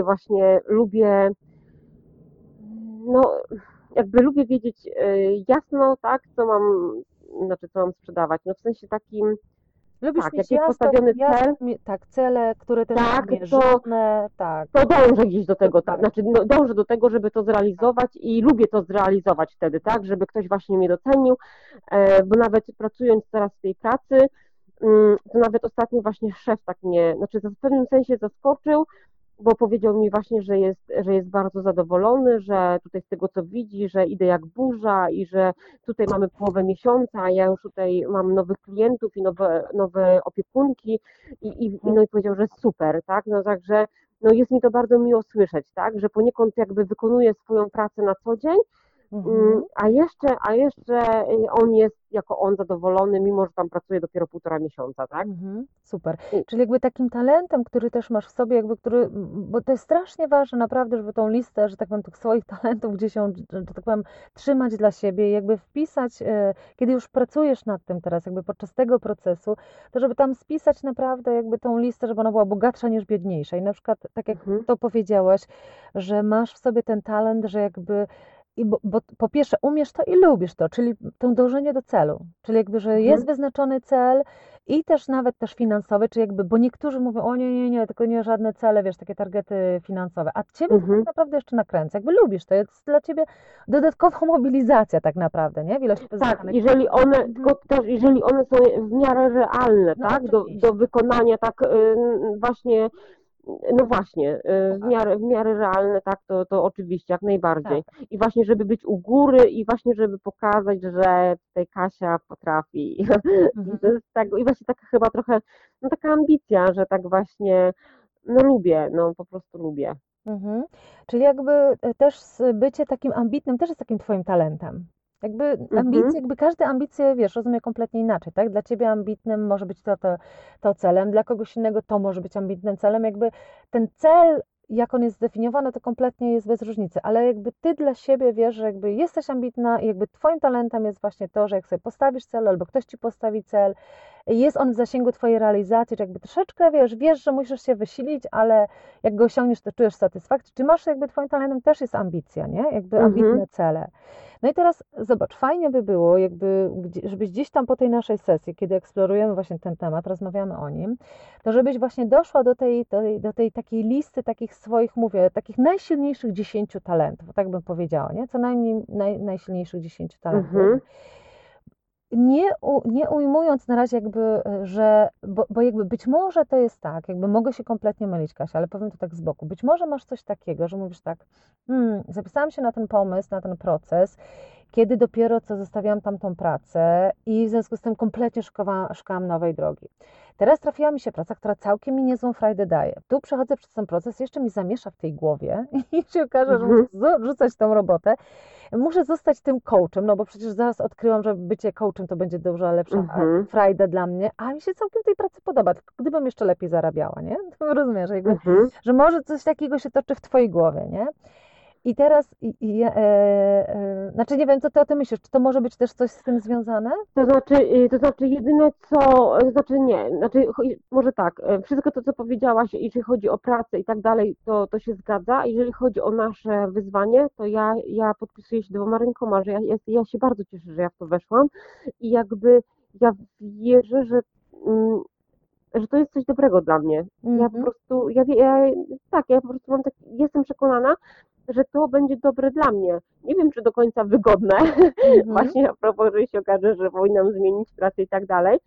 lubię wiedzieć jasno, tak, co mam sprzedawać. No w sensie takim, lubisz tak, mieć jak jest postawiony cel, tak, cele, które też tak, są mierzone, tak. To dążę gdzieś do tego, tak, znaczy dążę do tego, żeby to zrealizować i lubię to zrealizować wtedy, tak, żeby ktoś właśnie mnie docenił, bo nawet pracując teraz w tej pracy, to nawet ostatnio właśnie szef tak mnie, znaczy w pewnym sensie zaskoczył, bo powiedział mi właśnie, że jest bardzo zadowolony, że tutaj z tego co widzi, że idę jak burza i że tutaj mamy połowę miesiąca, a ja już tutaj mam nowych klientów i nowe opiekunki i powiedział, że super, tak, no także no jest mi to bardzo miło słyszeć, tak, że poniekąd jakby wykonuję swoją pracę na co dzień, a jeszcze on jest jako on zadowolony, mimo że tam pracuje dopiero 1,5 miesiąca, tak? Super. Czyli jakby takim talentem, który też masz w sobie, bo to jest strasznie ważne naprawdę, żeby tą listę, że tak powiem, tych swoich talentów gdzieś ją, że tak powiem, trzymać dla siebie i jakby wpisać, kiedy już pracujesz nad tym teraz, jakby podczas tego procesu, to żeby tam spisać naprawdę jakby tą listę, żeby ona była bogatsza niż biedniejsza. I na przykład, tak jak to powiedziałaś, że masz w sobie ten talent, że jakby bo po pierwsze umiesz to i lubisz to, czyli to dążenie do celu, czyli jakby, że jest wyznaczony cel i też nawet też finansowy, czyli jakby, bo niektórzy mówią, o nie, tylko nie żadne cele, wiesz, takie targety finansowe, a ciebie to tak naprawdę jeszcze nakręca, jakby lubisz to, jest dla ciebie dodatkowa mobilizacja tak naprawdę, nie? Tak, jeżeli one są w miarę realne, no, tak, do wykonania, tak właśnie. No właśnie, w miarę realne, tak, to oczywiście, jak najbardziej. Tak. I właśnie, żeby być u góry i właśnie, żeby pokazać, że tutaj Kasia potrafi. I to jest tak, i właśnie taka chyba trochę, no taka ambicja, że tak właśnie, no lubię, no po prostu lubię. Czyli jakby też bycie takim ambitnym też jest takim twoim talentem. Jakby ambicje, jakby każde ambicje, wiesz, rozumie kompletnie inaczej, tak? Dla ciebie ambitnym może być to celem, dla kogoś innego to może być ambitnym celem, jakby ten cel, jak on jest zdefiniowany, to kompletnie jest bez różnicy, ale jakby ty dla siebie wiesz, że jakby jesteś ambitna i jakby twoim talentem jest właśnie to, że jak sobie postawisz cel albo ktoś ci postawi cel jest on w zasięgu twojej realizacji, czy jakby troszeczkę, wiesz, że musisz się wysilić, ale jak go osiągniesz, to czujesz satysfakcję. Czy masz jakby twoim talentem też jest ambicja, nie? Jakby ambitne cele. No i teraz zobacz, fajnie by było, jakby, żebyś gdzieś tam po tej naszej sesji, kiedy eksplorujemy właśnie ten temat, rozmawiamy o nim, to żebyś właśnie doszła do tej takiej listy takich swoich, mówię, takich najsilniejszych 10 talentów, tak bym powiedziała, nie? Co najmniej najsilniejszych 10 talentów. Nie ujmując na razie jakby, że, bo jakby być może to jest tak, jakby mogę się kompletnie mylić, Kasia, ale powiem to tak z boku, być może masz coś takiego, że mówisz tak, zapisałam się na ten pomysł, na ten proces, kiedy dopiero co zostawiłam tamtą pracę i w związku z tym kompletnie szukałam nowej drogi. Teraz trafiła mi się praca, która całkiem mi niezłą frajdę daje. Tu przechodzę przez ten proces, jeszcze mi zamiesza w tej głowie i się okaże, że muszę rzucać tą robotę. Muszę zostać tym coachem, no bo przecież zaraz odkryłam, że bycie coachem to będzie dużo lepsza frajda dla mnie, a mi się całkiem tej pracy podoba, tylko gdybym jeszcze lepiej zarabiała, nie? To rozumiesz, jakby, że może coś takiego się toczy w twojej głowie, nie? I teraz, znaczy nie wiem, co ty o tym myślisz, czy to może być też coś z tym związane? To znaczy jedyne co, może tak, wszystko to, co powiedziałaś, jeśli chodzi o pracę i tak dalej, to się zgadza. A jeżeli chodzi o nasze wyzwanie, to ja podpisuję się 2 rękoma, że ja się bardzo cieszę, że ja w to weszłam i jakby ja wierzę, że to jest coś dobrego dla mnie. Ja po prostu, ja po prostu jestem przekonana, że to będzie dobre dla mnie. Nie wiem, czy do końca wygodne, właśnie a propos, że się okaże, że powinnam zmienić pracę i tak dalej,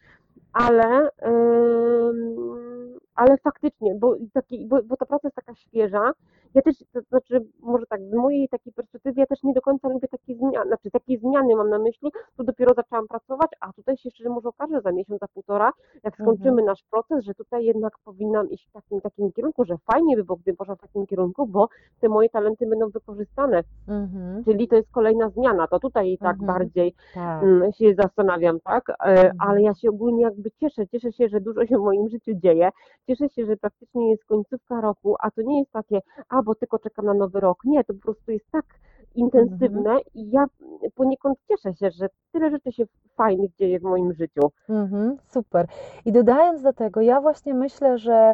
ale faktycznie, bo ta praca jest taka świeża. Ja też, to znaczy, może tak, z mojej takiej perspektywy, ja też nie do końca lubię takiej zmiany mam na myśli, tu dopiero zaczęłam pracować, a tutaj się szczerze może okaże za miesiąc, za 1,5, jak skończymy nasz proces, że tutaj jednak powinnam iść w takim kierunku, że fajnie by było, gdybym poszła w takim kierunku, bo te moje talenty będą wykorzystane. Czyli to jest kolejna zmiana, to tutaj tak bardziej się zastanawiam, tak? Ale ja się ogólnie jakby cieszę się, że dużo się w moim życiu dzieje, cieszę się, że praktycznie jest końcówka roku, a to nie jest takie, bo tylko czekam na nowy rok. Nie, to po prostu jest tak intensywne i ja poniekąd cieszę się, że tyle rzeczy się fajnych dzieje w moim życiu. Super. I dodając do tego, ja właśnie myślę, że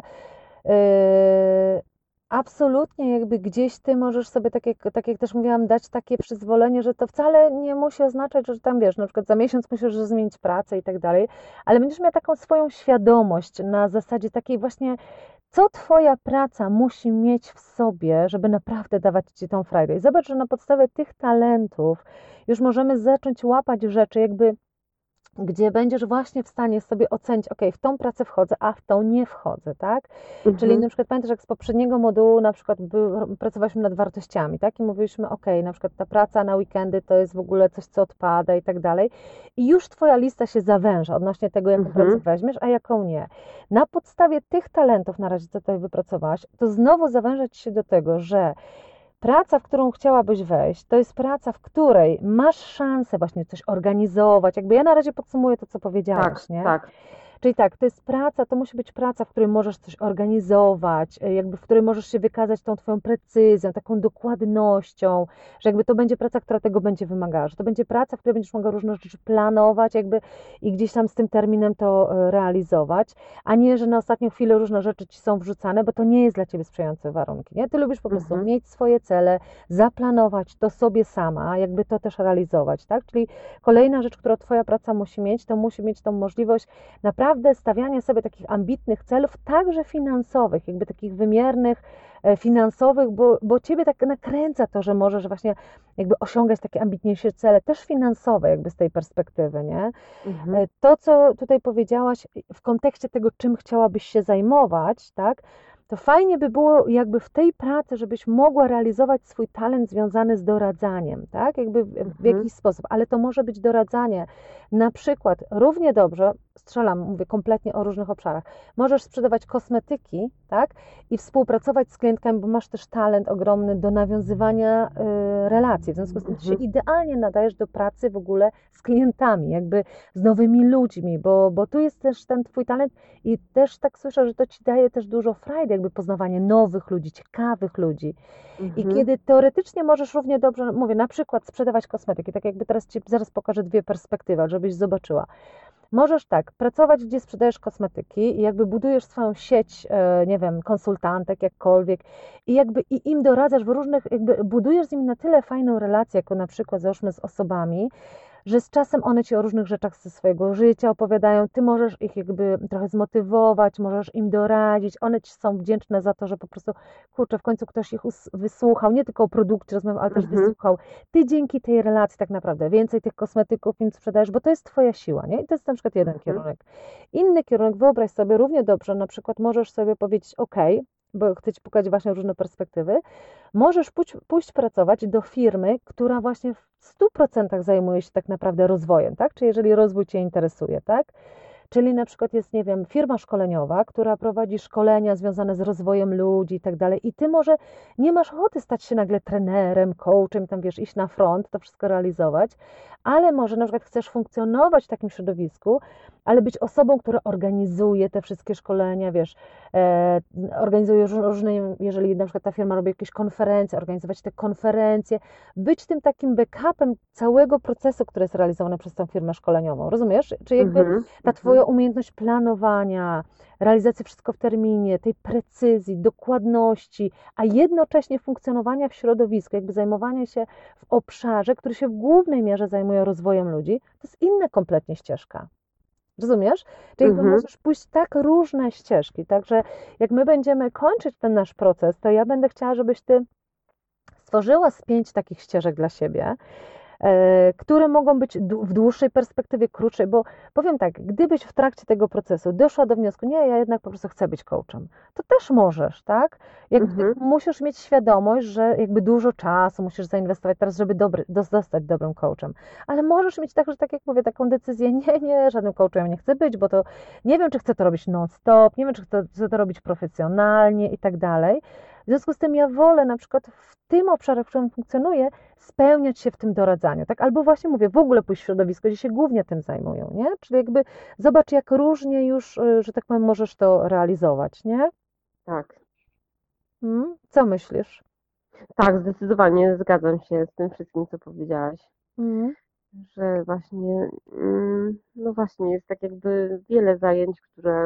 absolutnie jakby gdzieś ty możesz sobie, tak jak też mówiłam, dać takie przyzwolenie, że to wcale nie musi oznaczać, że tam wiesz, na przykład za miesiąc musisz zmienić pracę i tak dalej, ale będziesz miała taką swoją świadomość na zasadzie takiej właśnie, co twoja praca musi mieć w sobie, żeby naprawdę dawać ci tą frajdę. I zobacz, że na podstawie tych talentów już możemy zacząć łapać rzeczy jakby, gdzie będziesz właśnie w stanie sobie ocenić, w tą pracę wchodzę, a w tą nie wchodzę, tak? Czyli na przykład pamiętasz, jak z poprzedniego modułu na przykład pracowaliśmy nad wartościami, tak? I mówiliśmy, na przykład ta praca na weekendy to jest w ogóle coś, co odpada i tak dalej. I już twoja lista się zawęża odnośnie tego, jaką pracę weźmiesz, a jaką nie. Na podstawie tych talentów na razie, co tutaj wypracowałaś, to znowu zawęża ci się do tego, że praca, w którą chciałabyś wejść, to jest praca, w której masz szansę właśnie coś organizować. Jakby ja na razie podsumuję to, co powiedziałaś, nie? Tak. Czyli tak, to jest praca, to musi być praca, w której możesz coś organizować, jakby w której możesz się wykazać tą twoją precyzją, taką dokładnością, że jakby to będzie praca, która tego będzie wymagała, że to będzie praca, w której będziesz mogła różne rzeczy planować jakby i gdzieś tam z tym terminem to realizować, a nie, że na ostatnią chwilę różne rzeczy ci są wrzucane, bo to nie jest dla ciebie sprzyjające warunki, nie? Ty lubisz po prostu mieć swoje cele, zaplanować to sobie sama, jakby to też realizować, tak? Czyli kolejna rzecz, którą twoja praca musi mieć, to musi mieć tą możliwość naprawdę stawiania sobie takich ambitnych celów, także finansowych, jakby takich wymiernych, finansowych, bo ciebie tak nakręca to, że możesz właśnie jakby osiągać takie ambitniejsze cele, też finansowe jakby z tej perspektywy, nie? To, co tutaj powiedziałaś w kontekście tego, czym chciałabyś się zajmować, tak? To fajnie by było jakby w tej pracy, żebyś mogła realizować swój talent związany z doradzaniem, tak? Jakby w jakiś sposób, ale to może być doradzanie, na przykład równie dobrze, strzelam, mówię kompletnie o różnych obszarach, możesz sprzedawać kosmetyki, tak? I współpracować z klientkami, bo masz też talent ogromny do nawiązywania relacji, w związku z tym ty się idealnie nadajesz do pracy w ogóle z klientami, jakby z nowymi ludźmi, bo tu jest też ten twój talent i też tak słyszę, że to ci daje też dużo frajdy, jakby poznawanie nowych ludzi, ciekawych ludzi. I kiedy teoretycznie możesz równie dobrze, mówię, na przykład sprzedawać kosmetyki, tak jakby teraz ci zaraz pokażę 2 perspektywy, żebyś zobaczyła. możesz tak, pracować, gdzie sprzedajesz kosmetyki i jakby budujesz swoją sieć, nie wiem, konsultantek, jakkolwiek i jakby i im doradzasz w różnych, jakby budujesz z nimi na tyle fajną relację, jako na przykład załóżmy z osobami, że z czasem one ci o różnych rzeczach ze swojego życia opowiadają, ty możesz ich jakby trochę zmotywować, możesz im doradzić, one ci są wdzięczne za to, że po prostu, kurczę, w końcu ktoś ich wysłuchał, nie tylko o produkcie rozmawiał, ale też wysłuchał. Ty dzięki tej relacji tak naprawdę więcej tych kosmetyków im sprzedajesz, bo to jest twoja siła, nie? I to jest na przykład jeden kierunek. Inny kierunek, wyobraź sobie równie dobrze, na przykład możesz sobie powiedzieć, bo chcę ci pokazać właśnie różne perspektywy, możesz pójść pracować do firmy, która właśnie w 100% zajmuje się tak naprawdę rozwojem, tak? Czyli jeżeli rozwój cię interesuje, tak? Czyli na przykład jest, nie wiem, firma szkoleniowa, która prowadzi szkolenia związane z rozwojem ludzi i tak dalej i ty może nie masz ochoty stać się nagle trenerem, coachem, tam wiesz, iść na front, to wszystko realizować, ale może na przykład chcesz funkcjonować w takim środowisku, ale być osobą, która organizuje te wszystkie szkolenia, wiesz, organizuje różne, jeżeli na przykład ta firma robi jakieś konferencje, organizować te konferencje, być tym takim backupem całego procesu, który jest realizowany przez tą firmę szkoleniową, rozumiesz? Czyli jakby ta twoja umiejętność planowania, realizacji wszystko w terminie, tej precyzji, dokładności, a jednocześnie funkcjonowania w środowisku, jakby zajmowania się w obszarze, który się w głównej mierze zajmuje rozwojem ludzi, to jest inna kompletnie ścieżka. Rozumiesz? Czyli jakby możesz pójść tak różne ścieżki, także jak my będziemy kończyć ten nasz proces, to ja będę chciała, żebyś ty stworzyła z 5 takich ścieżek dla siebie, które mogą być w dłuższej perspektywie, krótszej, bo powiem tak, gdybyś w trakcie tego procesu doszła do wniosku, nie, ja jednak po prostu chcę być coachem, to też możesz, tak? Jakby musisz mieć świadomość, że jakby dużo czasu musisz zainwestować teraz, żeby zostać dobrym coachem, ale możesz mieć także, tak jak mówię, taką decyzję, nie, żadnym coachem nie chcę być, bo to nie wiem, czy chcę to robić non-stop, nie wiem, czy chcę to robić profesjonalnie i tak dalej. W związku z tym ja wolę na przykład w tym obszarze, w którym funkcjonuję, spełniać się w tym doradzaniu, tak? Albo właśnie mówię, w ogóle pójść w środowisko, gdzie się głównie tym zajmują, nie? Czyli jakby zobacz, jak różnie już, że tak powiem, możesz to realizować, nie? Tak. Co myślisz? Tak, zdecydowanie zgadzam się z tym wszystkim, co powiedziałaś. Że właśnie, no właśnie, jest tak jakby wiele zajęć,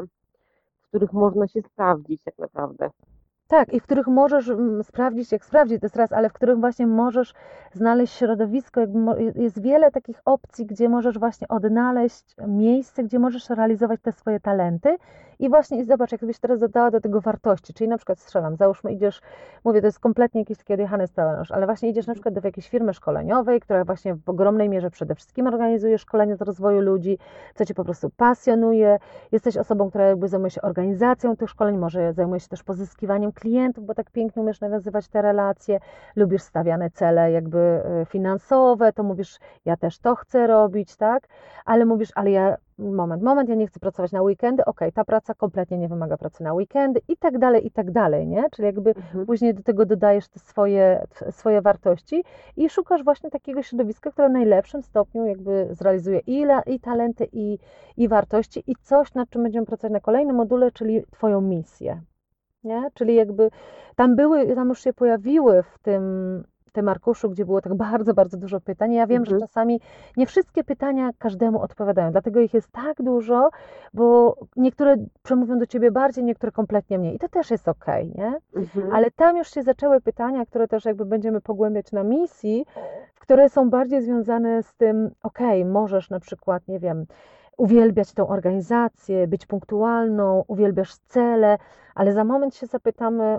w których można się sprawdzić tak naprawdę. Tak, i w których możesz sprawdzić, jak sprawdzić, to jest raz, ale w których właśnie możesz znaleźć środowisko, jest wiele takich opcji, gdzie możesz właśnie odnaleźć miejsce, gdzie możesz realizować te swoje talenty i właśnie zobacz, jakbyś teraz dodała do tego wartości, czyli na przykład strzelam, załóżmy idziesz, mówię, to jest kompletnie jakiś taki odjechany scenaриusz, ale właśnie idziesz na przykład do jakiejś firmy szkoleniowej, która właśnie w ogromnej mierze przede wszystkim organizuje szkolenia z rozwoju ludzi, co cię po prostu pasjonuje, jesteś osobą, która jakby zajmuje się organizacją tych szkoleń, może zajmuje się też pozyskiwaniem klientów, bo tak pięknie umiesz nawiązywać te relacje, lubisz stawiane cele jakby finansowe, to mówisz, ja też to chcę robić, tak? Ale mówisz, ale ja, moment, ja nie chcę pracować na weekendy, ta praca kompletnie nie wymaga pracy na weekendy i tak dalej, nie? Czyli jakby później do tego dodajesz te swoje wartości i szukasz właśnie takiego środowiska, które w najlepszym stopniu jakby zrealizuje i talenty, i wartości i coś, nad czym będziemy pracować na kolejnym module, czyli twoją misję. Nie? Czyli jakby tam już się pojawiły w tym arkuszu, gdzie było tak bardzo, bardzo dużo pytań. Ja wiem, że czasami nie wszystkie pytania każdemu odpowiadają, dlatego ich jest tak dużo, bo niektóre przemówią do ciebie bardziej, niektóre kompletnie mniej i to też jest okej, nie? Ale tam już się zaczęły pytania, które też jakby będziemy pogłębiać na misji, które są bardziej związane z tym, możesz na przykład, nie wiem, uwielbiać tą organizację, być punktualną, uwielbiasz cele, ale za moment się zapytamy,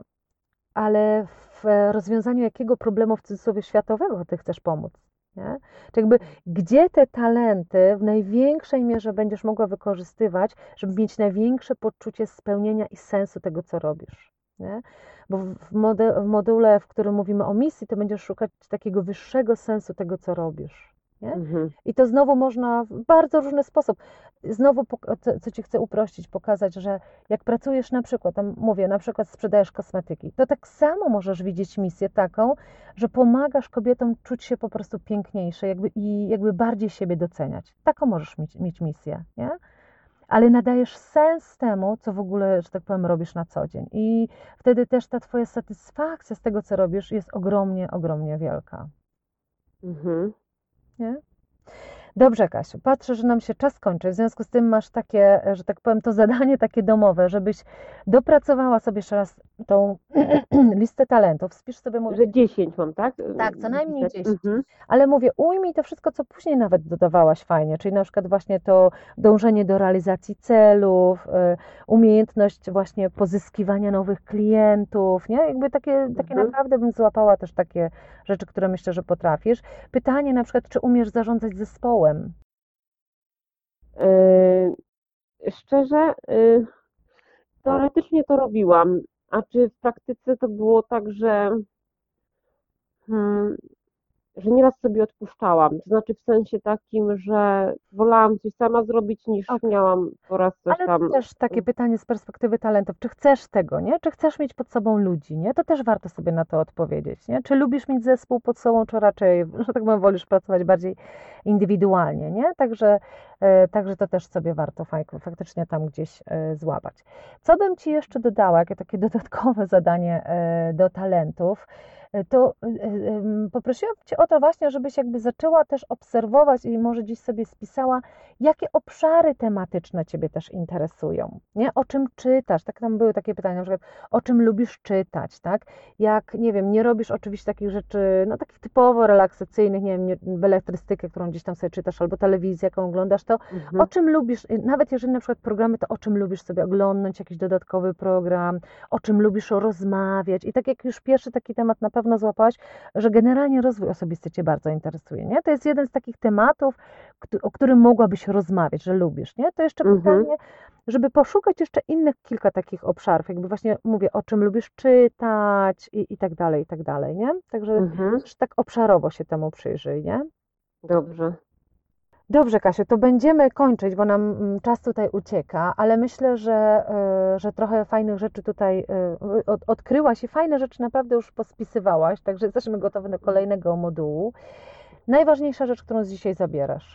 ale w rozwiązaniu jakiego problemu w cudzysłowie światowego ty chcesz pomóc? Nie? Czy jakby gdzie te talenty w największej mierze będziesz mogła wykorzystywać, żeby mieć największe poczucie spełnienia i sensu tego, co robisz? Nie? Bo w module, w którym mówimy o misji, to będziesz szukać takiego wyższego sensu tego, co robisz. Nie? I to znowu można w bardzo różny sposób. Znowu, co ci chcę uprościć, pokazać, że jak pracujesz na przykład, tam mówię, na przykład sprzedajesz kosmetyki, to tak samo możesz widzieć misję taką, że pomagasz kobietom czuć się po prostu piękniejsze i jakby bardziej siebie doceniać. Taką możesz mieć misję, nie? Ale nadajesz sens temu, co w ogóle, że tak powiem, robisz na co dzień. I wtedy też ta twoja satysfakcja z tego, co robisz, jest ogromnie, ogromnie wielka. Nie? Dobrze, Kasiu, patrzę, że nam się czas kończy, w związku z tym masz takie, że tak powiem, to zadanie takie domowe, żebyś dopracowała sobie jeszcze raz tą listę talentów, wpisz sobie, mówię, Że 10 mam, tak? tak, co najmniej 10, Mhm. ale mówię, ujmij to wszystko, co później nawet dodawałaś fajnie, czyli na przykład właśnie to dążenie do realizacji celów, umiejętność właśnie pozyskiwania nowych klientów, nie? Jakby takie naprawdę bym złapała też takie rzeczy, które myślę, że potrafisz. Pytanie na przykład, czy umiesz zarządzać zespołem? Szczerze, teoretycznie to robiłam, a czy w praktyce to było tak, że nieraz sobie odpuszczałam, to znaczy w sensie takim, że wolałam coś sama zrobić, niż miałam po raz coś Ale tam. to też takie pytanie z perspektywy talentów, czy chcesz tego, nie? Czy chcesz mieć pod sobą ludzi, nie? To też warto sobie na to odpowiedzieć, nie? Czy lubisz mieć zespół pod sobą, czy raczej, że tak powiem, wolisz pracować bardziej indywidualnie, nie? Także to też sobie warto faktycznie tam gdzieś złapać. Co bym Ci jeszcze dodała, jakie takie dodatkowe zadanie do talentów, to poprosiłam Cię o to właśnie, żebyś jakby zaczęła też obserwować i może dziś sobie spisała, jakie obszary tematyczne Ciebie też interesują, nie? O czym czytasz? Tak, tam były takie pytania, na przykład o czym lubisz czytać, tak? Jak, nie wiem, nie robisz oczywiście takich rzeczy, no takich typowo relaksacyjnych, nie wiem, beletrystykę, którą gdzieś tam sobie czytasz, albo telewizję, jaką oglądasz, to o czym lubisz, nawet jeżeli na przykład programy, to o czym lubisz sobie oglądać, jakiś dodatkowy program, o czym lubisz rozmawiać i tak jak już pierwszy taki temat na pewno złapałaś, że generalnie rozwój osobisty Cię bardzo interesuje, nie? To jest jeden z takich tematów, o którym mogłabyś rozmawiać, że lubisz, nie? To jeszcze pytanie, żeby poszukać jeszcze innych kilka takich obszarów, jakby właśnie mówię, o czym lubisz czytać i tak dalej, nie? Także też tak obszarowo się temu przyjrzyj, nie? Dobrze, Kasiu, to będziemy kończyć, bo nam czas tutaj ucieka, ale myślę, że trochę fajnych rzeczy tutaj odkryłaś i fajne rzeczy naprawdę już pospisywałaś, także jesteśmy gotowi do kolejnego modułu. Najważniejsza rzecz, którą z dzisiaj zabierasz?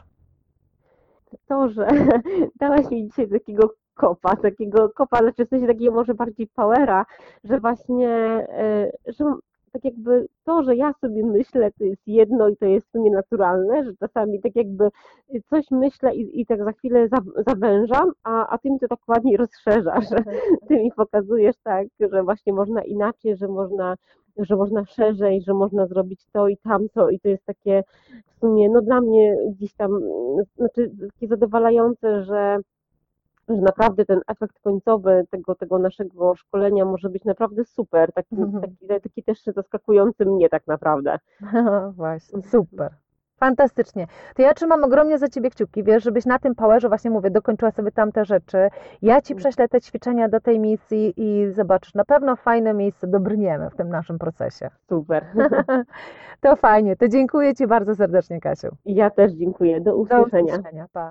To, że dałaś mi dzisiaj takiego kopa, znaczy w sensie takiego może bardziej powera, że właśnie, że tak jakby to, że ja sobie myślę, to jest jedno i to jest w sumie naturalne, że czasami tak jakby coś myślę i tak za chwilę zawężam, a ty mi to tak ładnie rozszerzasz, ty mi pokazujesz tak, że właśnie można inaczej, że można szerzej, że można zrobić to i tamto i to jest takie w sumie, no dla mnie gdzieś tam, znaczy takie zadowalające, że naprawdę ten efekt końcowy tego naszego szkolenia może być naprawdę super, taki też zaskakujący mnie tak naprawdę. Właśnie, super. Fantastycznie. To ja trzymam ogromnie za Ciebie kciuki, wiesz, żebyś na tym powerze, właśnie mówię, dokończyła sobie tamte rzeczy. Ja Ci prześlę te ćwiczenia do tej misji i zobaczysz, na pewno fajne miejsce dobrniemy w tym naszym procesie. Super. To fajnie. To dziękuję Ci bardzo serdecznie, Kasiu. Ja też dziękuję. Do usłyszenia. Do usłyszenia. Pa.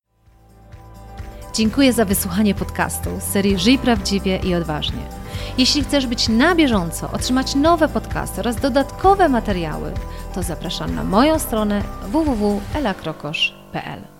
Dziękuję za wysłuchanie podcastu z serii Żyj Prawdziwie i Odważnie. Jeśli chcesz być na bieżąco, otrzymać nowe podcasty oraz dodatkowe materiały, to zapraszam na moją stronę www.elakrokosz.pl.